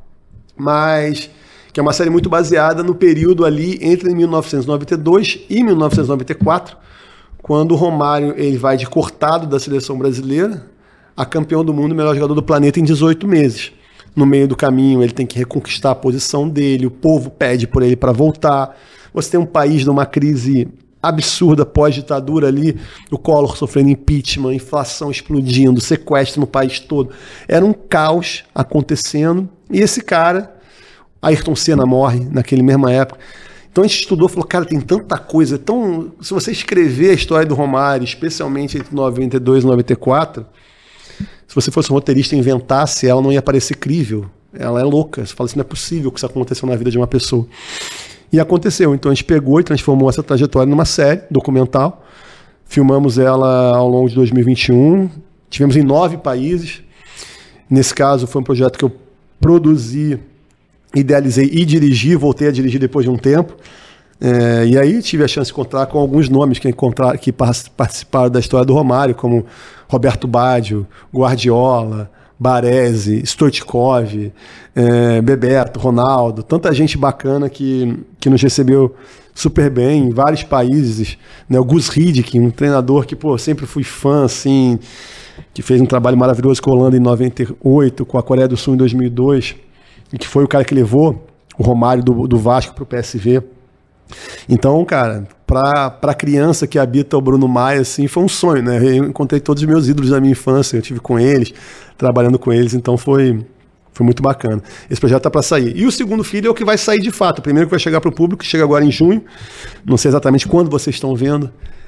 Speaker 2: Mas que é uma série muito baseada no período ali entre mil novecentos e noventa e dois e mil novecentos e noventa e quatro, quando o Romário ele vai de cortado da seleção brasileira a campeão do mundo, melhor jogador do planeta em dezoito meses. No meio do caminho ele tem que reconquistar a posição dele, o povo pede por ele para voltar. Você tem um país numa crise absurda pós-ditadura ali, o Collor sofrendo impeachment, inflação explodindo, sequestro no país todo. Era um caos acontecendo e esse cara, Ayrton Senna, morre naquele mesma época. Então a gente estudou e falou, cara, tem tanta coisa. Então, se você escrever a história do Romário, especialmente entre noventa e dois e noventa e quatro, se você fosse um roteirista e inventasse, ela não ia parecer crível. Ela é louca. Você fala assim, não é possível que isso aconteceu na vida de uma pessoa. E aconteceu. Então a gente pegou e transformou essa trajetória numa série documental. Filmamos ela ao longo de dois mil e vinte e um. Tivemos em nove países. Nesse caso, foi um projeto que eu produzi, idealizei e dirigi. Voltei a dirigir depois de um tempo. É, e aí tive a chance de encontrar com alguns nomes que, encontrar, que participaram da história do Romário, como Roberto Baggio, Guardiola, Baresi, Stoichkov, é, Bebeto, Ronaldo, tanta gente bacana que, que nos recebeu super bem em vários países, né? O Gus Hiddink, um treinador que, pô, sempre fui fã, assim, que fez um trabalho maravilhoso com a Holanda em noventa e oito, com a Coreia do Sul em dois mil e dois, e que foi o cara que levou o Romário do, do Vasco para o P S V. Então, cara, para a criança que habita o Bruno Maia, assim, foi um sonho, né? Eu encontrei todos os meus ídolos da minha infância, eu tive com eles, trabalhando com eles, então foi, foi muito bacana. Esse projeto tá para sair. E o segundo filho é o que vai sair de fato, o primeiro que vai chegar para o público, que chega agora em junho, não sei exatamente quando vocês estão vendo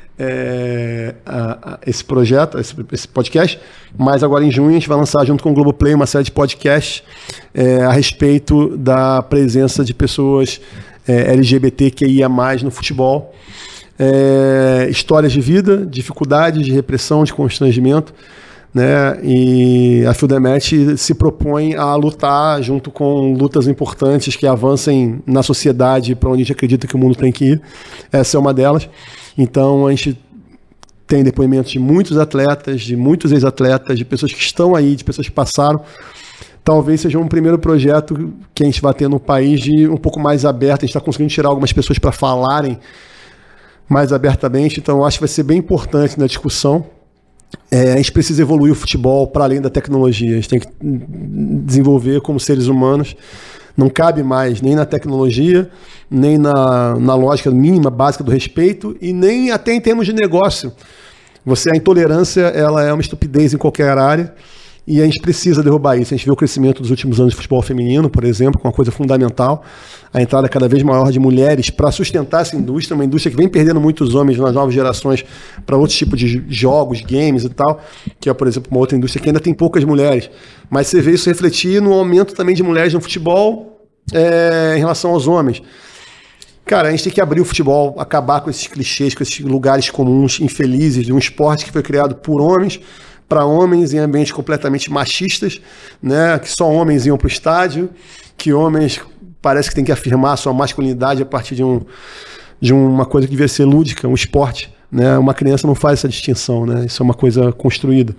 Speaker 2: é, a, a, esse projeto, esse, esse podcast, mas agora em junho a gente vai lançar junto com o Globoplay uma série de podcasts é, a respeito da presença de pessoas É, L G B T Q I A mais, no futebol, é, histórias de vida, dificuldades de repressão, de constrangimento, né? E a FieldMatch se propõe a lutar junto com lutas importantes que avancem na sociedade para onde a gente acredita que o mundo tem que ir. Essa é uma delas. Então a gente tem depoimentos de muitos atletas, de muitos ex-atletas, de pessoas que estão aí, de pessoas que passaram. Talvez seja um primeiro projeto que a gente vai ter no país de um pouco mais aberto. A gente está conseguindo tirar algumas pessoas para falarem mais abertamente, então eu acho que vai ser bem importante na discussão. É, a gente precisa evoluir o futebol para além da tecnologia. A gente tem que desenvolver como seres humanos. Não cabe mais nem na tecnologia, nem na, na lógica mínima, básica do respeito, e nem até em termos de negócio. Você, a intolerância, ela é uma estupidez em qualquer área. E a gente precisa derrubar isso. A gente vê o crescimento dos últimos anos de futebol feminino, por exemplo, com uma coisa fundamental, a entrada cada vez maior de mulheres para sustentar essa indústria, uma indústria que vem perdendo muitos homens nas novas gerações para outros tipos de jogos, games e tal, que é, por exemplo, uma outra indústria que ainda tem poucas mulheres. Mas você vê isso refletir no aumento também de mulheres no futebol é, em relação aos homens. Cara, a gente tem que abrir o futebol, acabar com esses clichês, com esses lugares comuns, infelizes, de um esporte que foi criado por homens, para homens em ambientes completamente machistas, né? Que só homens iam para o estádio, que homens parece que tem que afirmar a sua masculinidade a partir de, um, de uma coisa que devia ser lúdica, um esporte, né? Uma criança não faz essa distinção, né? Isso é uma coisa construída.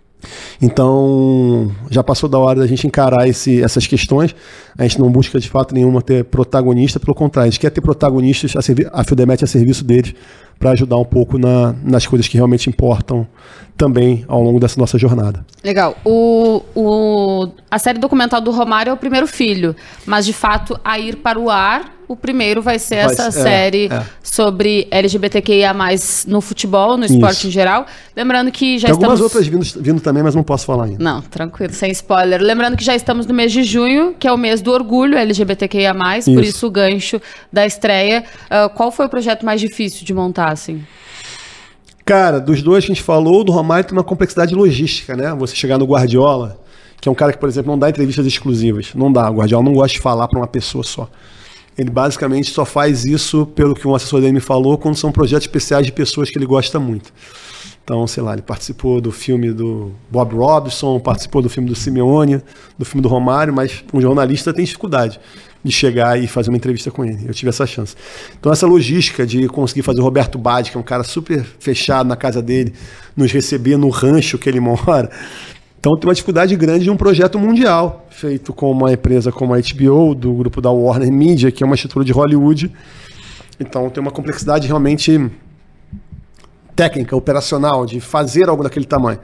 Speaker 2: Então, já passou da hora da gente encarar esse, essas questões. A gente não busca de fato nenhuma ter protagonista, pelo contrário, a gente quer ter protagonistas, a, servi- a FieldMatch a serviço deles, para ajudar um pouco na, nas coisas que realmente importam também ao longo dessa nossa jornada.
Speaker 1: Legal. O, o, a série documental do Romário é o primeiro filho, mas de fato a ir para o ar, o primeiro vai ser vai, essa é, série é. sobre L G B T Q I A mais, no futebol, no esporte Isso. em geral. Lembrando que já
Speaker 2: Tem
Speaker 1: estamos...
Speaker 2: algumas outras vindo, vindo também, mas não posso falar ainda.
Speaker 1: Não, tranquilo, sem spoiler. Lembrando que já estamos no mês de junho, que é o mês do orgulho L G B T Q I A mais, isso. Por isso o gancho da estreia. Uh, qual foi o projeto mais difícil de montar, assim?
Speaker 2: Cara, dos dois que a gente falou, do Romário tem uma complexidade logística, né? Você chegar no Guardiola, que é um cara que, por exemplo, não dá entrevistas exclusivas. Não dá. O Guardiola não gosta de falar para uma pessoa só. Ele basicamente só faz isso, pelo que um assessor dele me falou, quando são projetos especiais de pessoas que ele gosta muito. Então, sei lá, ele participou do filme do Bob Robson, participou do filme do Simeone, do filme do Romário, mas um jornalista tem dificuldade de chegar e fazer uma entrevista com ele. Eu tive essa chance. Então, essa logística de conseguir fazer o Roberto Badi, que é um cara super fechado na casa dele, nos receber no rancho que ele mora. Então, tem uma dificuldade grande de um projeto mundial, feito com uma empresa como a H B O, do grupo da Warner Media, que é uma estrutura de Hollywood. Então, tem uma complexidade realmente técnica, operacional, de fazer algo daquele tamanho.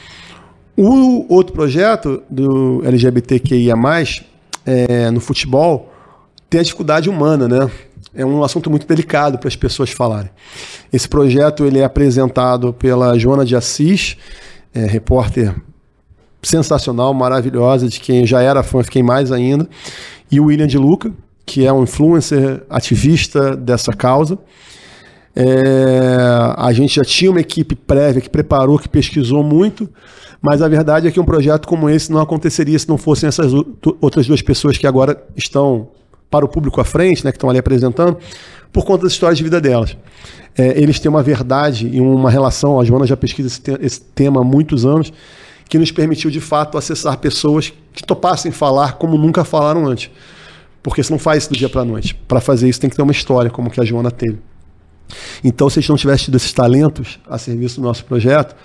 Speaker 2: O outro projeto do L G B T Q I A mais, é, no futebol, tem a dificuldade humana, né? É um assunto muito delicado para as pessoas falarem. Esse projeto ele é apresentado pela Joana de Assis, é, repórter sensacional, maravilhosa, de quem já era fã, fiquei mais ainda, e o William de Luca, que é um influencer ativista dessa causa. É, a gente já tinha uma equipe prévia que preparou, que pesquisou muito, mas a verdade é que um projeto como esse não aconteceria se não fossem essas outras duas pessoas que agora estão para o público à frente, né, que estão ali apresentando, por conta das histórias de vida delas. É, eles têm uma verdade e uma relação, a Joana já pesquisa esse, te- esse tema há muitos anos, que nos permitiu de fato acessar pessoas que topassem falar como nunca falaram antes. Porque você não faz isso do dia para a noite. Para fazer isso tem que ter uma história, como que a Joana teve. Então, se a gente não tivesse tido esses talentos a serviço do nosso projeto,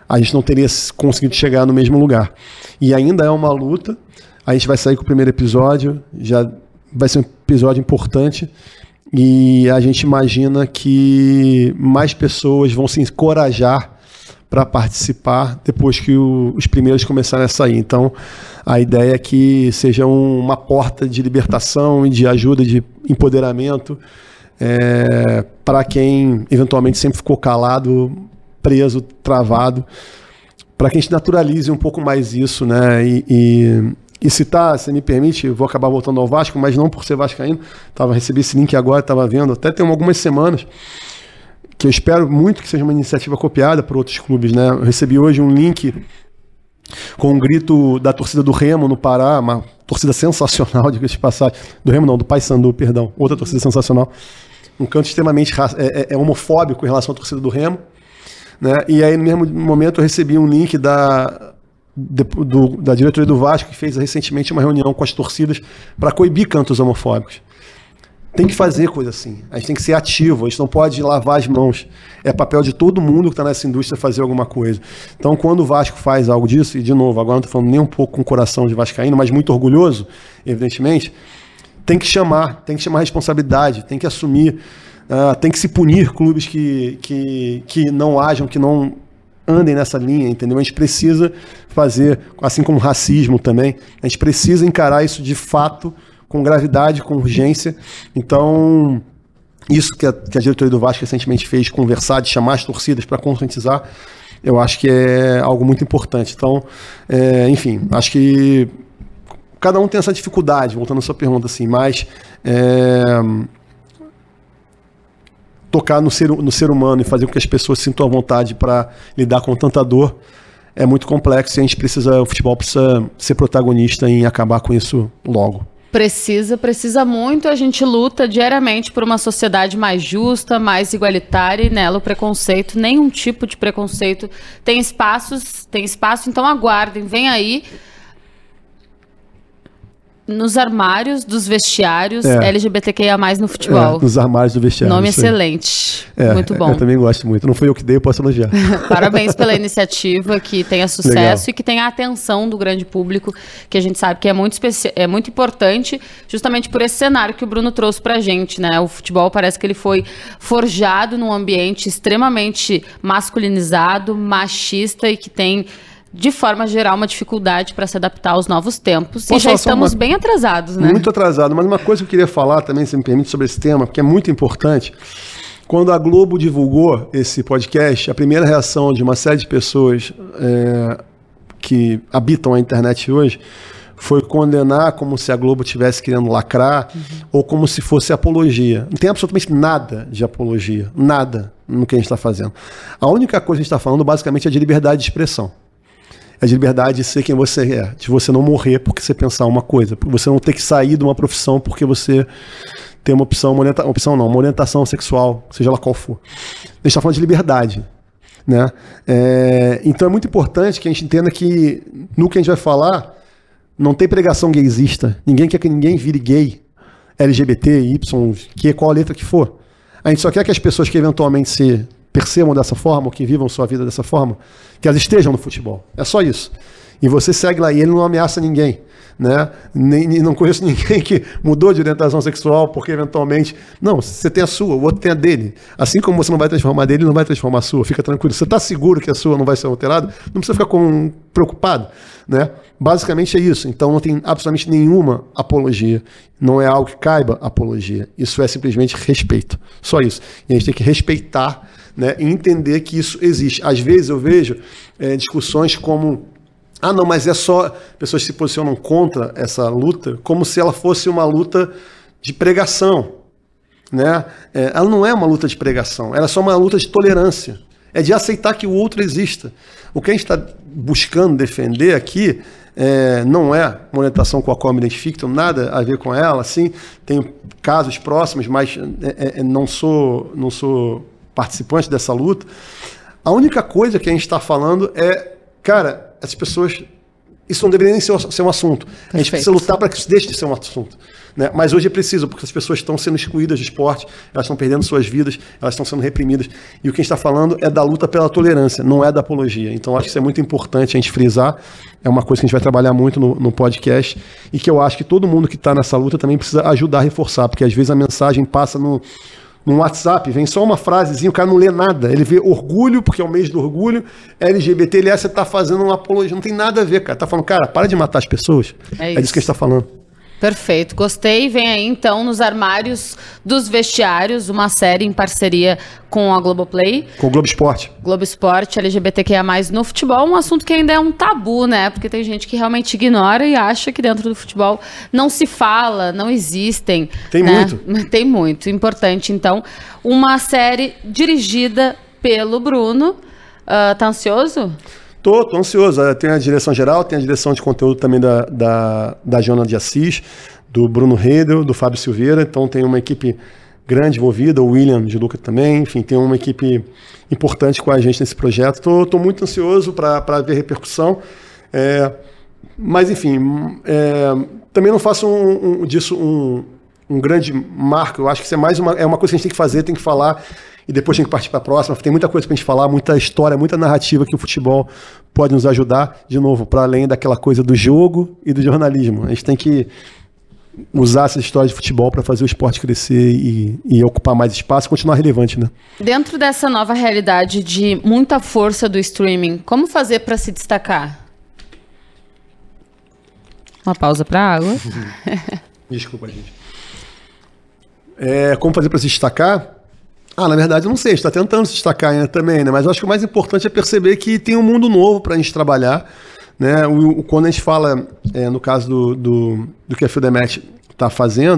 Speaker 2: a gente não teria conseguido chegar no mesmo lugar. E ainda é uma luta. A gente vai sair com o primeiro episódio, já vai ser um episódio importante, e a gente imagina que mais pessoas vão se encorajar para participar depois que o, os primeiros começarem a sair. Então, a ideia é que seja um, uma porta de libertação e de ajuda, de empoderamento, é, para quem eventualmente sempre ficou calado, preso, travado, para que a gente naturalize um pouco mais isso, né? E, e, e citar, se me permite, eu vou acabar voltando ao Vasco, mas não por ser vascaíno, tava, recebi esse link agora, estava vendo, até tem algumas semanas, que eu espero muito que seja uma iniciativa copiada por outros clubes, né? Eu recebi hoje um link com um grito da torcida do Remo no Pará, uma torcida sensacional, diga-se de passagem, do Remo não, do Paysandu, perdão, outra torcida sensacional, um canto extremamente é, é, é homofóbico em relação à torcida do Remo, né? E aí no mesmo momento eu recebi um link da, de, do, da diretoria do Vasco, que fez recentemente uma reunião com as torcidas para coibir cantos homofóbicos. Tem que fazer coisa assim, a gente tem que ser ativo, a gente não pode lavar as mãos, é papel de todo mundo que está nessa indústria fazer alguma coisa. Então quando o Vasco faz algo disso, e de novo, agora não estou falando nem um pouco com o coração de vascaíno, mas muito orgulhoso, evidentemente, tem que chamar, tem que chamar a responsabilidade, tem que assumir, uh, tem que se punir clubes que, que, que não ajam, que não andem nessa linha, entendeu? A gente precisa fazer, assim como racismo também, a gente precisa encarar isso de fato, com gravidade, com urgência. Então, isso que a, que a diretoria do Vasco recentemente fez, conversar, de chamar as torcidas para conscientizar, eu acho que é algo muito importante. Então, é, enfim, acho que cada um tem essa dificuldade, voltando à sua pergunta, assim, mas é, tocar no ser, no ser humano e fazer com que as pessoas sintam a vontade para lidar com tanta dor é muito complexo, e a gente precisa, o futebol precisa ser protagonista em acabar com isso logo.
Speaker 1: Precisa, precisa muito. A gente luta diariamente por uma sociedade mais justa, mais igualitária, e nela o preconceito, nenhum tipo de preconceito tem espaços, tem espaço, então aguardem, vem aí. Nos armários dos vestiários, é. L G B T Q I A mais, no futebol.
Speaker 2: É, nos armários do vestiário.
Speaker 1: Nome excelente. É, muito bom.
Speaker 2: Eu também gosto muito. Não fui eu que dei, eu posso elogiar.
Speaker 1: Parabéns pela iniciativa, que tenha sucesso. Legal. E que tenha a atenção do grande público, que a gente sabe que é muito, especi- é muito importante, justamente por esse cenário que o Bruno trouxe pra gente, né? O futebol parece que ele foi forjado num ambiente extremamente masculinizado, machista, e que tem, de forma geral, uma dificuldade para se adaptar aos novos tempos. Posso e já estamos uma... bem atrasados, né?
Speaker 2: Muito atrasado. Mas uma coisa que eu queria falar também, se me permite, sobre esse tema, porque é muito importante. Quando a Globo divulgou esse podcast, a primeira reação de uma série de pessoas é, que habitam a internet hoje foi condenar como se a Globo estivesse querendo lacrar, uhum, ou como se fosse apologia. Não tem absolutamente nada de apologia. Nada no que a gente está fazendo. A única coisa que a gente está falando, basicamente, é de liberdade de expressão. É de liberdade de ser quem você é, de você não morrer porque você pensar uma coisa, porque você não ter que sair de uma profissão porque você tem uma opção, uma, orienta, uma opção não, uma orientação sexual, seja lá qual for. A gente está falando de liberdade, né? É, então é muito importante que a gente entenda que no que a gente vai falar não tem pregação gaysista. Ninguém quer que ninguém vire gay, L G B T, Y, que qual a letra que for. A gente só quer que as pessoas que eventualmente se percebam dessa forma, ou que vivam sua vida dessa forma, que elas estejam no futebol. É só isso. E você segue lá, e ele não ameaça ninguém, né? Nem, nem, não conheço ninguém que mudou de orientação sexual porque eventualmente... Não, você tem a sua, o outro tem a dele. Assim como você não vai transformar a dele, ele não vai transformar a sua. Fica tranquilo. Você está seguro que a sua não vai ser alterada? Não precisa ficar com, preocupado, né? Basicamente é isso. Então não tem absolutamente nenhuma apologia. Não é algo que caiba apologia. Isso é simplesmente respeito. Só isso. E a gente tem que respeitar, né, e entender que isso existe. Às vezes eu vejo é, discussões como, ah não, mas é só, pessoas se posicionam contra essa luta como se ela fosse uma luta de pregação, né? É, ela não é uma luta de pregação, ela é só uma luta de tolerância, é de aceitar que o outro exista. O que a gente está buscando defender aqui é, não é uma orientação com a qual eu me identifico, tem nada a ver com ela, assim, tenho casos próximos, mas é, é, não sou, não sou participante dessa luta. A única coisa que a gente está falando é, cara, essas pessoas isso não deveria nem ser, ser um assunto.
Speaker 1: Perfeito.
Speaker 2: A gente precisa lutar para que isso deixe de ser um assunto. Né? Mas hoje é preciso, porque as pessoas estão sendo excluídas do esporte, elas estão perdendo suas vidas, elas estão sendo reprimidas. E o que a gente está falando é da luta pela tolerância, não é da apologia. Então, acho que isso é muito importante a gente frisar. É uma coisa que a gente vai trabalhar muito no, no podcast e que eu acho que todo mundo que está nessa luta também precisa ajudar a reforçar, porque às vezes a mensagem passa no, no WhatsApp, vem só uma frasezinha, o cara não lê nada. Ele vê orgulho, porque é o mês do orgulho, L G B T, ele é, você está fazendo uma apologia. Não tem nada a ver, cara. Está falando, cara, para de matar as pessoas. É, isso. É disso que a gente está falando.
Speaker 1: Perfeito, gostei. Vem aí então Nos Armários dos Vestiários, uma série em parceria com a Globoplay.
Speaker 2: Com o Globo Esporte.
Speaker 1: Globo Esporte, L G B T Q I A mais, no futebol, um assunto que ainda é um tabu, né? Porque tem gente que realmente ignora e acha que dentro do futebol não se fala, não existem.
Speaker 2: Tem
Speaker 1: né?
Speaker 2: muito.
Speaker 1: Tem muito. Importante, então, uma série dirigida pelo Bruno. Uh, tá ansioso?
Speaker 2: Tô, tô ansioso. Tem a direção geral, tem a direção de conteúdo também da, da, da Jona de Assis, do Bruno Redel, do Fábio Silveira. Então tem uma equipe grande envolvida, o William de Luca também. Enfim, tem uma equipe importante com a gente nesse projeto. Tô, tô muito ansioso para ver repercussão. É, mas, enfim, é, também não faço um, um, disso um, um grande marco. Eu acho que isso é mais uma, é uma coisa que a gente tem que fazer, tem que falar. E depois tem que partir para a próxima. Tem muita coisa para a gente falar, muita história, muita narrativa que o futebol pode nos ajudar, de novo, para além daquela coisa do jogo e do jornalismo. A gente tem que usar essa história de futebol para fazer o esporte crescer e, e ocupar mais espaço e continuar relevante, né?
Speaker 1: Dentro dessa nova realidade de muita força do streaming, como fazer para se destacar? Uma pausa para água.
Speaker 2: Desculpa, gente. É, como fazer para se destacar? Ah, na verdade, eu não sei, a gente está tentando se destacar ainda também, né? Mas eu acho que o mais importante é perceber que tem um mundo novo para a gente trabalhar, né? O, o, quando a gente fala, é, no caso do, do, do que a Field Match está fazendo,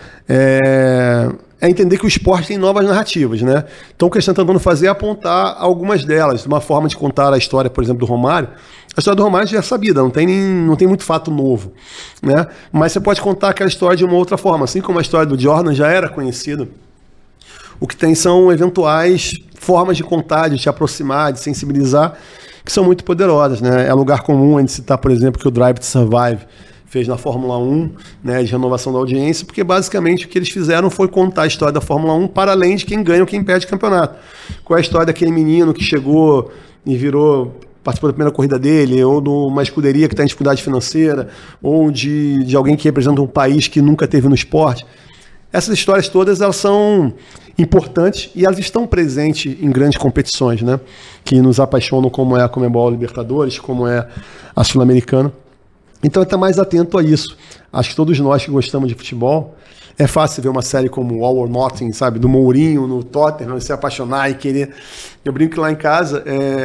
Speaker 2: é, é entender que o esporte tem novas narrativas, né? Então o que a gente está tentando fazer é apontar algumas delas, uma forma de contar a história, por exemplo, do Romário. A história do Romário já é sabida, não tem, nem, não tem muito fato novo, né? Mas você pode contar aquela história de uma outra forma, assim como a história do Jordan já era conhecida. O que tem são eventuais formas de contar, de te aproximar, de sensibilizar, que são muito poderosas, né? É lugar comum a gente citar, por exemplo, que o Drive to Survive fez na Fórmula um, né, de renovação da audiência, porque basicamente o que eles fizeram foi contar a história da Fórmula um para além de quem ganha ou quem perde o campeonato. Qual é a história daquele menino que chegou e virou, participou da primeira corrida dele, ou de uma escuderia que está em dificuldade financeira, ou de, de alguém que representa um país que nunca teve no esporte. Essas histórias todas, elas são importantes e elas estão presentes em grandes competições, né? Que nos apaixonam, como é a Comebol Libertadores, como é a Sul-Americana. Então, estar mais atento a isso. Acho que todos nós que gostamos de futebol, é fácil ver uma série como All or Nothing, sabe? Do Mourinho no Tottenham, se apaixonar e querer... Eu brinco que lá em casa,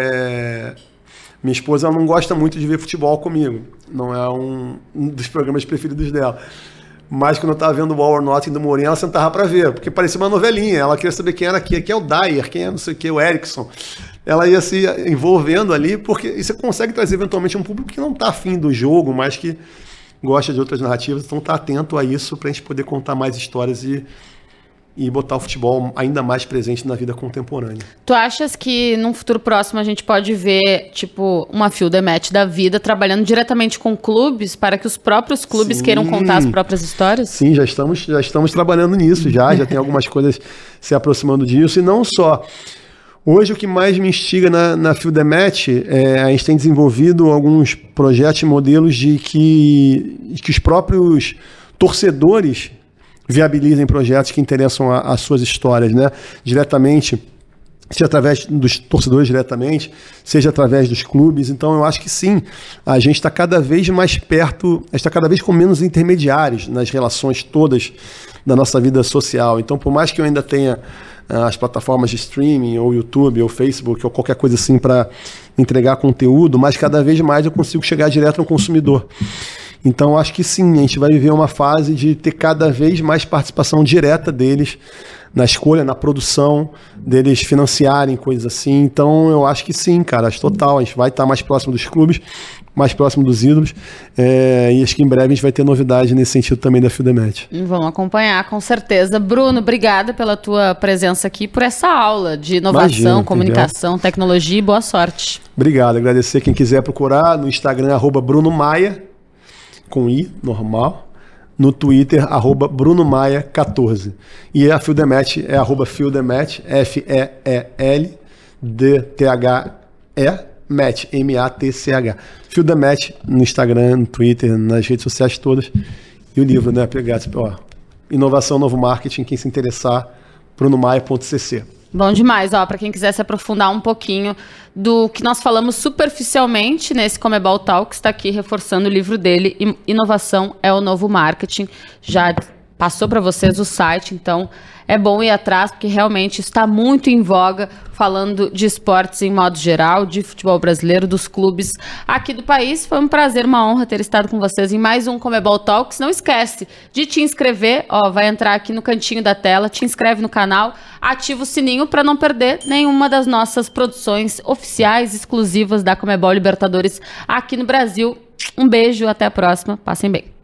Speaker 2: é... minha esposa não gosta muito de ver futebol comigo. Não é um, um dos programas preferidos dela. Mas quando eu estava vendo o All or Nothing do Mourinho, ela sentava para ver, porque parecia uma novelinha. Ela queria saber quem era aqui, quem é o Dyer, quem é não sei o que, o Erickson. Ela ia se envolvendo ali, porque e você consegue trazer eventualmente um público que não está afim do jogo, mas que gosta de outras narrativas. Então tá atento a isso para a gente poder contar mais histórias e, e botar o futebol ainda mais presente na vida contemporânea.
Speaker 1: Tu achas que num futuro próximo a gente pode ver, tipo, uma Field Match da vida trabalhando diretamente com clubes para que os próprios clubes Sim. queiram contar as próprias histórias?
Speaker 2: Sim, já estamos, já estamos trabalhando nisso, já, já tem algumas coisas se aproximando disso, e não só. Hoje o que mais me instiga na, na Field Match, é, a gente tem desenvolvido alguns projetos e modelos de que, que os próprios torcedores viabilizem projetos que interessam as suas histórias, né? Diretamente, seja através dos torcedores diretamente, seja através dos clubes. Então eu acho que sim, a gente está cada vez mais perto, está cada vez com menos intermediários nas relações todas da nossa vida social. Então, por mais que eu ainda tenha uh, as plataformas de streaming, ou YouTube, ou Facebook, ou qualquer coisa assim para entregar conteúdo, mas cada vez mais eu consigo chegar direto no consumidor. Então, acho que sim, a gente vai viver uma fase de ter cada vez mais participação direta deles na escolha, na produção, deles financiarem coisas assim. Então, eu acho que sim, cara, acho total. A gente vai estar mais próximo dos clubes, mais próximo dos ídolos, é, e acho que em breve a gente vai ter novidade nesse sentido também da Field and Match.
Speaker 1: Vamos acompanhar, com certeza. Bruno, obrigada pela tua presença aqui, por essa aula de inovação, Imagina, comunicação, entendeu? Tecnologia e boa sorte.
Speaker 2: Obrigado, agradecer quem quiser procurar no Instagram, arroba Bruno Maia, com I, normal. No Twitter, arroba Bruno Maia quatorze. E a Field and Match é arroba Field and Match, F E E L D T H E, Match, M A T C H. Field and Match no Instagram, no Twitter, nas redes sociais todas. E o livro, né? Pegar, ó, Inovação, Novo Marketing, quem se interessar, bruno maia ponto c c.
Speaker 1: Bom demais, ó, para quem quiser se aprofundar um pouquinho do que nós falamos superficialmente nesse Comebol Talks, está aqui reforçando o livro dele, Inovação é o Novo Marketing. Já passou para vocês o site, então é bom ir atrás, porque realmente está muito em voga, falando de esportes em modo geral, de futebol brasileiro, dos clubes aqui do país. Foi um prazer, uma honra ter estado com vocês em mais um Comebol Talks. Não esquece de te inscrever, ó, vai entrar aqui no cantinho da tela, te inscreve no canal, ativa o sininho para não perder nenhuma das nossas produções oficiais, exclusivas da Comebol Libertadores aqui no Brasil. Um beijo, até a próxima, passem bem.